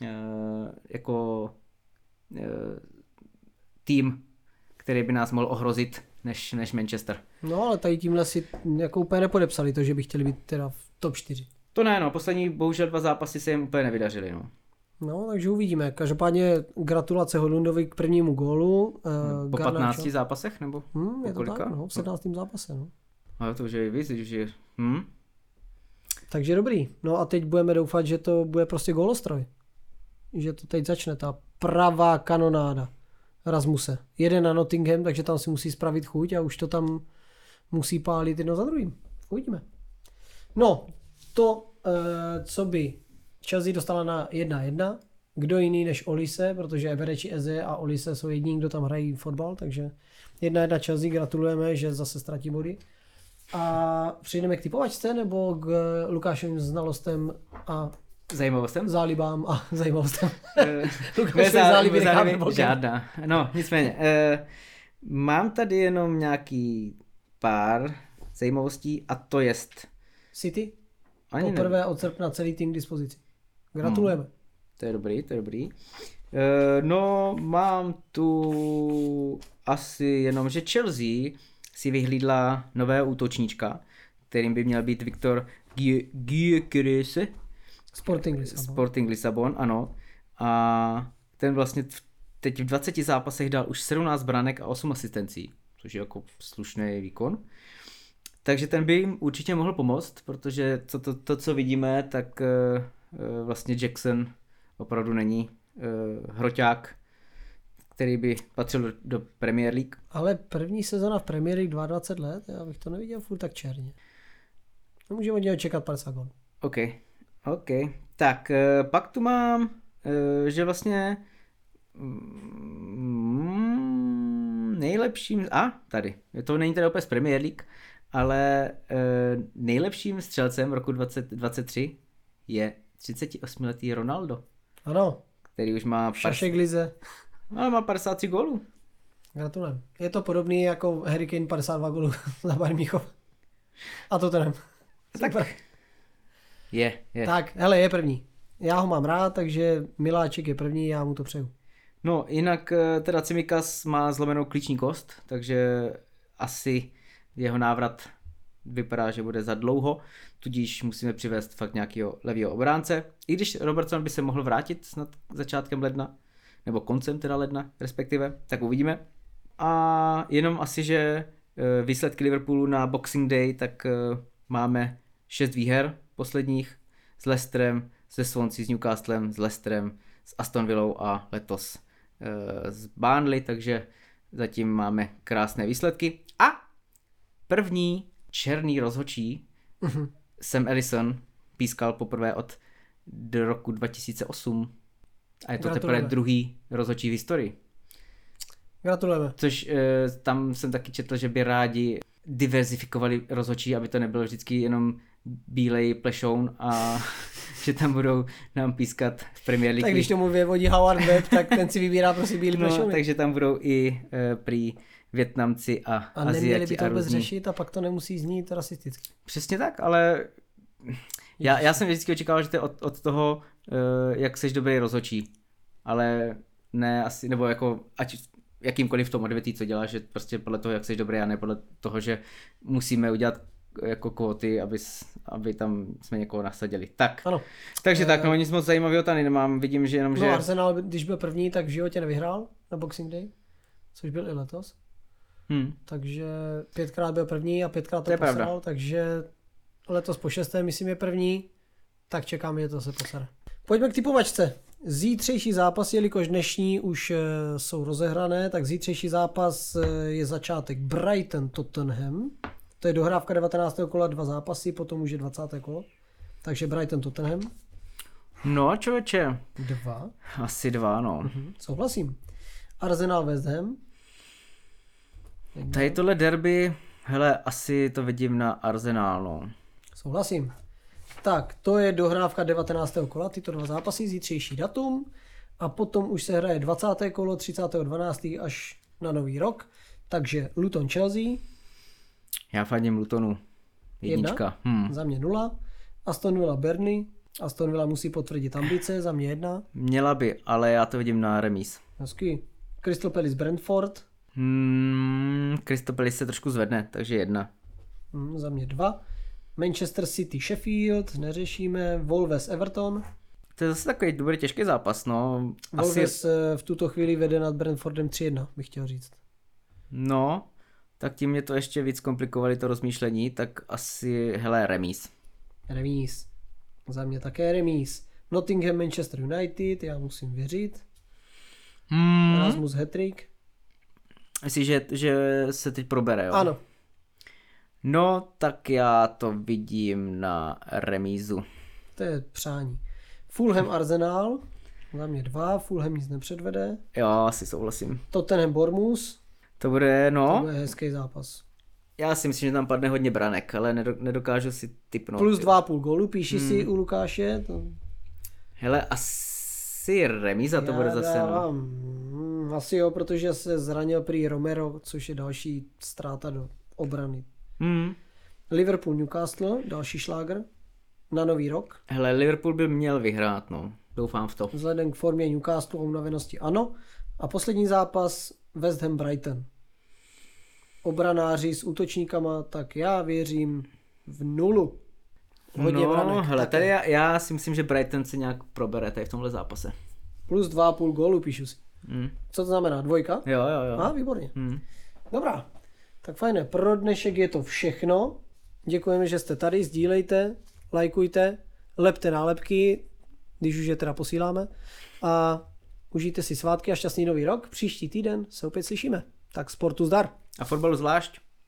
tým, který by nás mohl ohrozit, než Manchester. No ale tady tímhle si jako úplně nepodepsali to, že by chtěli být teda v top 4. To ne, no, poslední bohužel 2 zápasy se jim úplně nevydařily, no. No, takže uvidíme. Každopádně gratulace Højlundovi k prvnímu gólu. Po 15 zápasech, nebo je to kolika? tak, no, v 17. zápase, no. Ale to už je víc, že... Takže dobrý. No a teď budeme doufat, že to bude prostě gólostroj. Že to teď začne, ta pravá kanonáda Rasmuse. Jede na Nottingham, takže tam si musí spravit chuť a už to tam musí pálit jedno za druhým. Uvidíme. No, to, co by Chelsea dostala na 1-1, kdo jiný než Olise, protože Evereči, Eze a Olise jsou jediní, kdo tam hrají fotbal, takže 1-1 Chelsea, gratulujeme, že zase ztratí body. A přejdeme k typovačce, nebo k Lukášovým znalostem a zajímavostem? Zálibám a zajímavostem. Lukášovým záliby žádná. No, nicméně. Mám tady jenom nějaký pár zajímavostí a to jest City? Poprvé od srpna celý tým k dispozici. Gratulujeme. To je dobrý. No, mám tu asi jenom, že Chelsea si vyhlídla nové útočníčka, kterým by měl být Viktor Gyökeres. Sporting Lisabon, ano. A ten vlastně teď v 20 zápasech dal už 17 branek a 8 asistencí, což je jako slušný výkon. Takže ten by jim určitě mohl pomoct, protože to co vidíme, tak vlastně Jackson opravdu není hroťák, který by patřil do Premier League. Ale první sezona v Premier League 22 let, já bych to neviděl furt tak černě. Nemůžeme od něho čekat 50 gólů. OK. Tak, pak tu mám, že nejlepším, tady, to není teda úplně z Premier League, ale nejlepším střelcem roku 2023 je 38letý Ronaldo. Ano. Který už má... Šašek lize. Ale má 53 gólů. Gratulujem. Je to podobný jako Harry Kane 52 gólů za Bayern Mnichov. A to ten. Tak. Je. Tak, hele, je první. Já ho mám rád, takže Miláček je první, já mu to přeju. No, jinak teda Tsimikas má zlomenou klíční kost, takže asi jeho návrat vypadá, že bude za dlouho, tudíž musíme přivést fakt nějakého levýho obránce. I když Robertson by se mohl vrátit snad začátkem ledna, nebo koncem teda ledna respektive, tak uvidíme. A jenom asi, že výsledky Liverpoolu na Boxing Day, tak máme 6 výher posledních s Leicesterem, se Swansea, s Newcastlem, s Leicesterem, s Aston Villou a letos z Burnley, takže zatím máme krásné výsledky. A první černý rozhodčí Sam Ellison pískal poprvé od do roku 2008 a je to teprve druhý rozhodčí v historii. Gratulujeme. Což tam jsem taky četl, že by rádi diverzifikovali rozhodčí, aby to nebylo vždycky jenom bílej plešoun a že tam budou nám pískat v Premier League. Tak když tomu vyvodí Howard Webb, tak ten si vybírá prostě bílý plešouny. Takže tam budou i prý Vietnamci a Aziati. A neměli by to vůbec řešit a pak to nemusí znít rasisticky. Přesně tak, ale já jsem vždycky očekával, že to je od toho, jak seš dobrý rozhodčí. Ale ne asi, nebo jako ať jakýmkoliv v tom odvětví, co děláš, že prostě podle toho, jak seš dobrý, a ne podle toho, že musíme udělat jako kvóty, aby tam jsme někoho nasadili. Tak. Ano. Takže tak, no nic moc zajímavého tady nemám. Vidím, že jenom, že... No Arsenal, když byl první, tak v životě nevyhrál na Boxing Day, což byl i letos. Takže 5krát byl první a 5krát to posral, takže letos po 6. myslím je první, tak čekáme, že to se posere. Pojďme k typovačce. Zítřejší zápas, jelikož dnešní už jsou rozehrané, tak zítřejší zápas je začátek Brighton-Tottenham. To je dohrávka 19. kola, 2 zápasy, potom už je 20. kolo. Takže Brighton-Tottenham. No člověče. 2. Asi 2, no. Souhlasím. Arsenal-West Ham. Tady tohle derby, hele, asi to vidím na Arsenal, no. Souhlasím. Tak, to je dohrávka 19. kola, tyto 2 zápasy, zítřejší datum. A potom už se hraje 20. kolo, 30.12. až na nový rok. Takže Luton-Chelsea. Já fandím Lutonu. 1. Za mě 0. Aston Villa Burnley. Aston Villa musí potvrdit ambice, za mě 1. Měla by, ale já to vidím na remíz. Hezky. Crystal Palace Brentford. Crystal Palace se trošku zvedne, takže 1. Za mě 2. Manchester City Sheffield, neřešíme. Wolves Everton. To je zase takový dobrý těžký zápas, no. Wolves v tuto chvíli vede nad Brentfordem 3-1, bych chtěl říct. No, tak tím mě to ještě víc komplikovali to rozmýšlení, tak asi, hele, remíz. Remíz. Za mě také remíz. Nottingham Manchester United, já musím věřit. Erasmus hat-trick. Myslíš, že se teď probere, jo? Ano. No, tak já to vidím na remízu. To je přání. Fulham Arsenal, za mě 2, Fulham nic nepředvede. Jo, asi souhlasím. Tottenham Bournemouth. To bude, no. To bude hezký zápas. Já si myslím, že tam padne hodně branek, ale nedokážu si tipnout. Plus 2,5 gólu, píši si u Lukáše. To... Hele, asi remíza to bude zase, no. Asi jo, protože se zranil prý Romero, což je další ztráta do obrany. Liverpool Newcastle, další šláger na nový rok. Hele, Liverpool by měl vyhrát, no. Doufám v to. Vzhledem k formě Newcastle a unavenosti ano. A poslední zápas West Ham Brighton. Obranáři s útočníkama, tak já věřím v 0. Hodně branek. Hele, tady já si myslím, že Brighton se nějak probere tady v tomhle zápase. Plus 2,5 gólu, píšu si. Co to znamená? 2? Jo. Výborně. Dobrá. Tak fajné, pro dnešek je to všechno. Děkujeme, že jste tady, sdílejte, lajkujte, lepte nálepky, když už je teda posíláme. A užijte si svátky a šťastný nový rok. Příští týden se opět slyšíme. Tak sportu zdar. A fotbalu zvlášť.